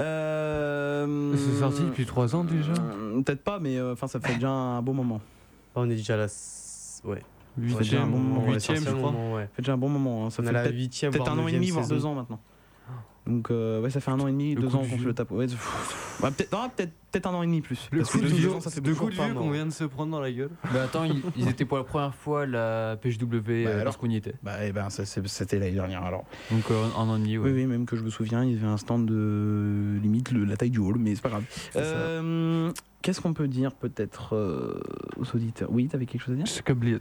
Speaker 6: Euh...
Speaker 8: C'est sorti depuis trois ans déjà.
Speaker 6: Euh, peut-être pas mais enfin euh, ça fait déjà un bon moment.
Speaker 9: On est déjà à la... Ouais.
Speaker 6: huitième,
Speaker 8: un bon moment,
Speaker 6: huitième, je crois. Moment, ouais. Ça fait déjà un bon moment. Hein. Ça
Speaker 9: on
Speaker 6: fait
Speaker 9: la huitième,
Speaker 6: peut-être un an et demi, voire
Speaker 9: saison.
Speaker 6: deux ans maintenant. Donc euh, ouais, ça fait un an et demi,
Speaker 8: Le
Speaker 6: deux
Speaker 8: coup
Speaker 6: ans
Speaker 8: de
Speaker 6: qu'on se
Speaker 8: vieux.
Speaker 6: le tape. Ouais, pff, ouais, peut-être, non, peut-être, peut-être un an et demi plus.
Speaker 8: Le
Speaker 6: Parce
Speaker 8: coup
Speaker 6: que
Speaker 8: de
Speaker 6: deux
Speaker 8: vieux,
Speaker 6: ans, ça fait
Speaker 8: de
Speaker 6: beaucoup.
Speaker 8: coup de vieux qu'on vient de se prendre dans la gueule.
Speaker 7: Bah attends, ils, ils étaient pour la première fois à la P H W
Speaker 6: Bah,
Speaker 7: euh,
Speaker 6: alors
Speaker 7: lorsqu'on y était.
Speaker 6: Bah, eh ben, ça, c'est- c'était l'année dernière alors.
Speaker 7: Donc euh, un an et demi, ouais.
Speaker 6: Oui, oui, même que je me souviens, il y avait un stand de limite le- la taille du hall, mais c'est pas grave.
Speaker 8: C'est ça.
Speaker 6: Euh, Qu'est-ce qu'on peut dire peut-être euh, aux auditeurs? Oui, t'avais quelque chose à dire?
Speaker 8: C'est oublié.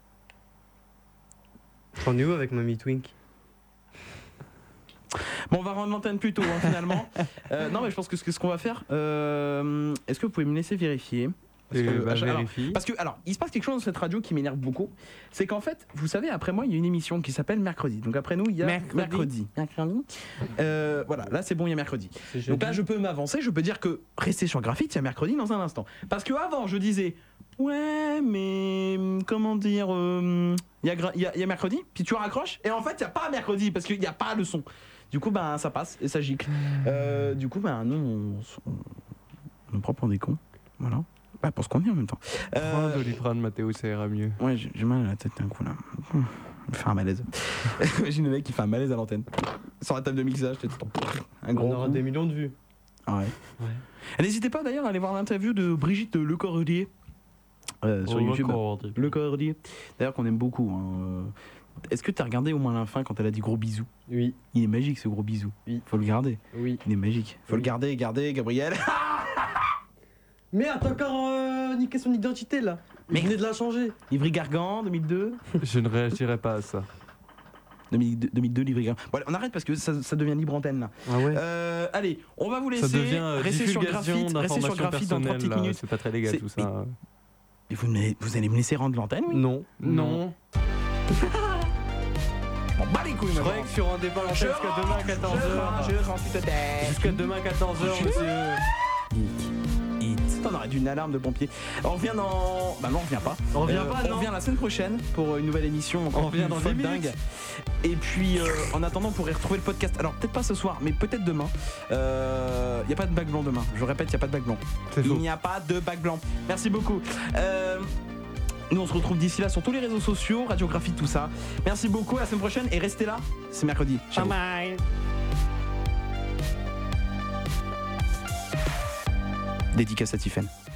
Speaker 9: T'en es où avec Mamie Twink?
Speaker 6: Bon, on va rendre l'antenne plus tôt, hein, finalement. Euh, non, mais je pense que ce que- ce qu'on va faire, euh, est-ce que vous pouvez me laisser vérifier? Parce
Speaker 8: Et
Speaker 6: que,
Speaker 8: bah,
Speaker 6: alors,
Speaker 8: vérifie.
Speaker 6: parce que, alors, il se passe quelque chose dans cette radio qui m'énerve beaucoup. C'est qu'en fait, vous savez, après moi, il y a une émission qui s'appelle Mercredi. Donc après nous, il y a
Speaker 8: Mercredi.
Speaker 6: Mercredi. Mercredi. Euh, voilà, là, c'est bon, il y a Mercredi. Donc là, je peux m'avancer, je peux dire que restez sur Graphite, il y a Mercredi dans un instant. Parce que avant, je disais, ouais, mais hum, comment dire, euh, il y, a gra- il y a- il y a Mercredi, puis tu raccroches, et en fait, il n'y a pas Mercredi parce qu'il n'y a pas le son. Du coup, ben, ça passe et ça gicle. Euh, du coup, ben, nous, on, on, on nous prend pour des cons. Voilà. Bah, pour ce qu'on est en même temps.
Speaker 8: Prends un
Speaker 6: Euh,
Speaker 8: Doliprane, Mathéo, ça ira mieux.
Speaker 6: ouais, j'ai j'ai mal à la tête d'un coup là. Hum, Je vais faire un malaise. Imagine le mec qui fait un malaise à l'antenne. Sur la table de mixage, tu sais, un gros
Speaker 9: On aura
Speaker 6: coup.
Speaker 9: des millions de vues.
Speaker 6: Ah ouais. Et n'hésitez pas d'ailleurs à aller voir l'interview de Brigitte Le Cordier euh, sur
Speaker 8: Oh, Le
Speaker 6: YouTube.
Speaker 8: Cordier.
Speaker 6: Le Cordier. D'ailleurs qu'on aime beaucoup. hein, euh. Est-ce que tu as regardé au moins la fin quand elle a dit gros bisous?
Speaker 9: Oui.
Speaker 6: Il est magique ce gros bisou.
Speaker 9: Oui.
Speaker 6: Faut le garder.
Speaker 9: Oui.
Speaker 6: Il est magique. Faut le garder, garder, Gabriel.
Speaker 9: Merde, t'as encore euh, niqué son identité là. Mais venez de la changer.
Speaker 6: Ivry Gargan, deux mille deux.
Speaker 8: Je ne réagirai pas à ça.
Speaker 6: deux mille deux, deux mille deux Livry Gargan. Bon, allez, on arrête parce que ça, ça devient libre antenne là.
Speaker 9: Ah ouais.
Speaker 6: Euh, allez, on va vous laisser.
Speaker 8: Ça devient euh,
Speaker 6: rester sur
Speaker 8: divulgation
Speaker 6: Graphite, rester sur
Speaker 8: d'informations
Speaker 6: Graphite dans trois
Speaker 8: personnelles.
Speaker 6: petites
Speaker 8: là.
Speaker 6: minutes.
Speaker 8: C'est pas très légal
Speaker 6: C'est-
Speaker 8: tout ça.
Speaker 6: Et vous, me- vous allez me laisser rendre l'antenne, oui?
Speaker 9: Non.
Speaker 8: Non.
Speaker 6: Bon, bah les couilles,
Speaker 8: Je
Speaker 6: maintenant.
Speaker 8: croyais que sur un débat
Speaker 6: Je
Speaker 8: jusqu'à demain à quatorze heures.
Speaker 6: Je rends tu te tais.
Speaker 8: Jusqu'à demain à quatorze heures, monsieur.
Speaker 6: On aurait dû une alarme de pompier. On revient dans. Bah non, on revient pas.
Speaker 9: On revient
Speaker 6: Euh,
Speaker 9: pas,
Speaker 6: On
Speaker 9: non.
Speaker 6: revient la semaine prochaine pour une nouvelle émission. encore
Speaker 8: On revient
Speaker 6: plus
Speaker 8: dans
Speaker 6: folle
Speaker 8: dix minutes.
Speaker 6: dingue. Et puis euh, en attendant, vous pourrez retrouver le podcast. Alors peut-être pas ce soir, mais peut-être demain. Il euh, n'y a pas de bac blanc demain. Je répète, il n'y a pas de bac blanc.
Speaker 8: C'est
Speaker 6: Il
Speaker 8: faux.
Speaker 6: n'y a pas de bac blanc. Merci beaucoup. Euh, Nous on se retrouve d'ici là sur tous les réseaux sociaux, Radiographie, tout ça. Merci beaucoup, à la semaine prochaine et restez là, c'est mercredi. Ciao.
Speaker 8: bye.
Speaker 6: Dédicace à Tiffen.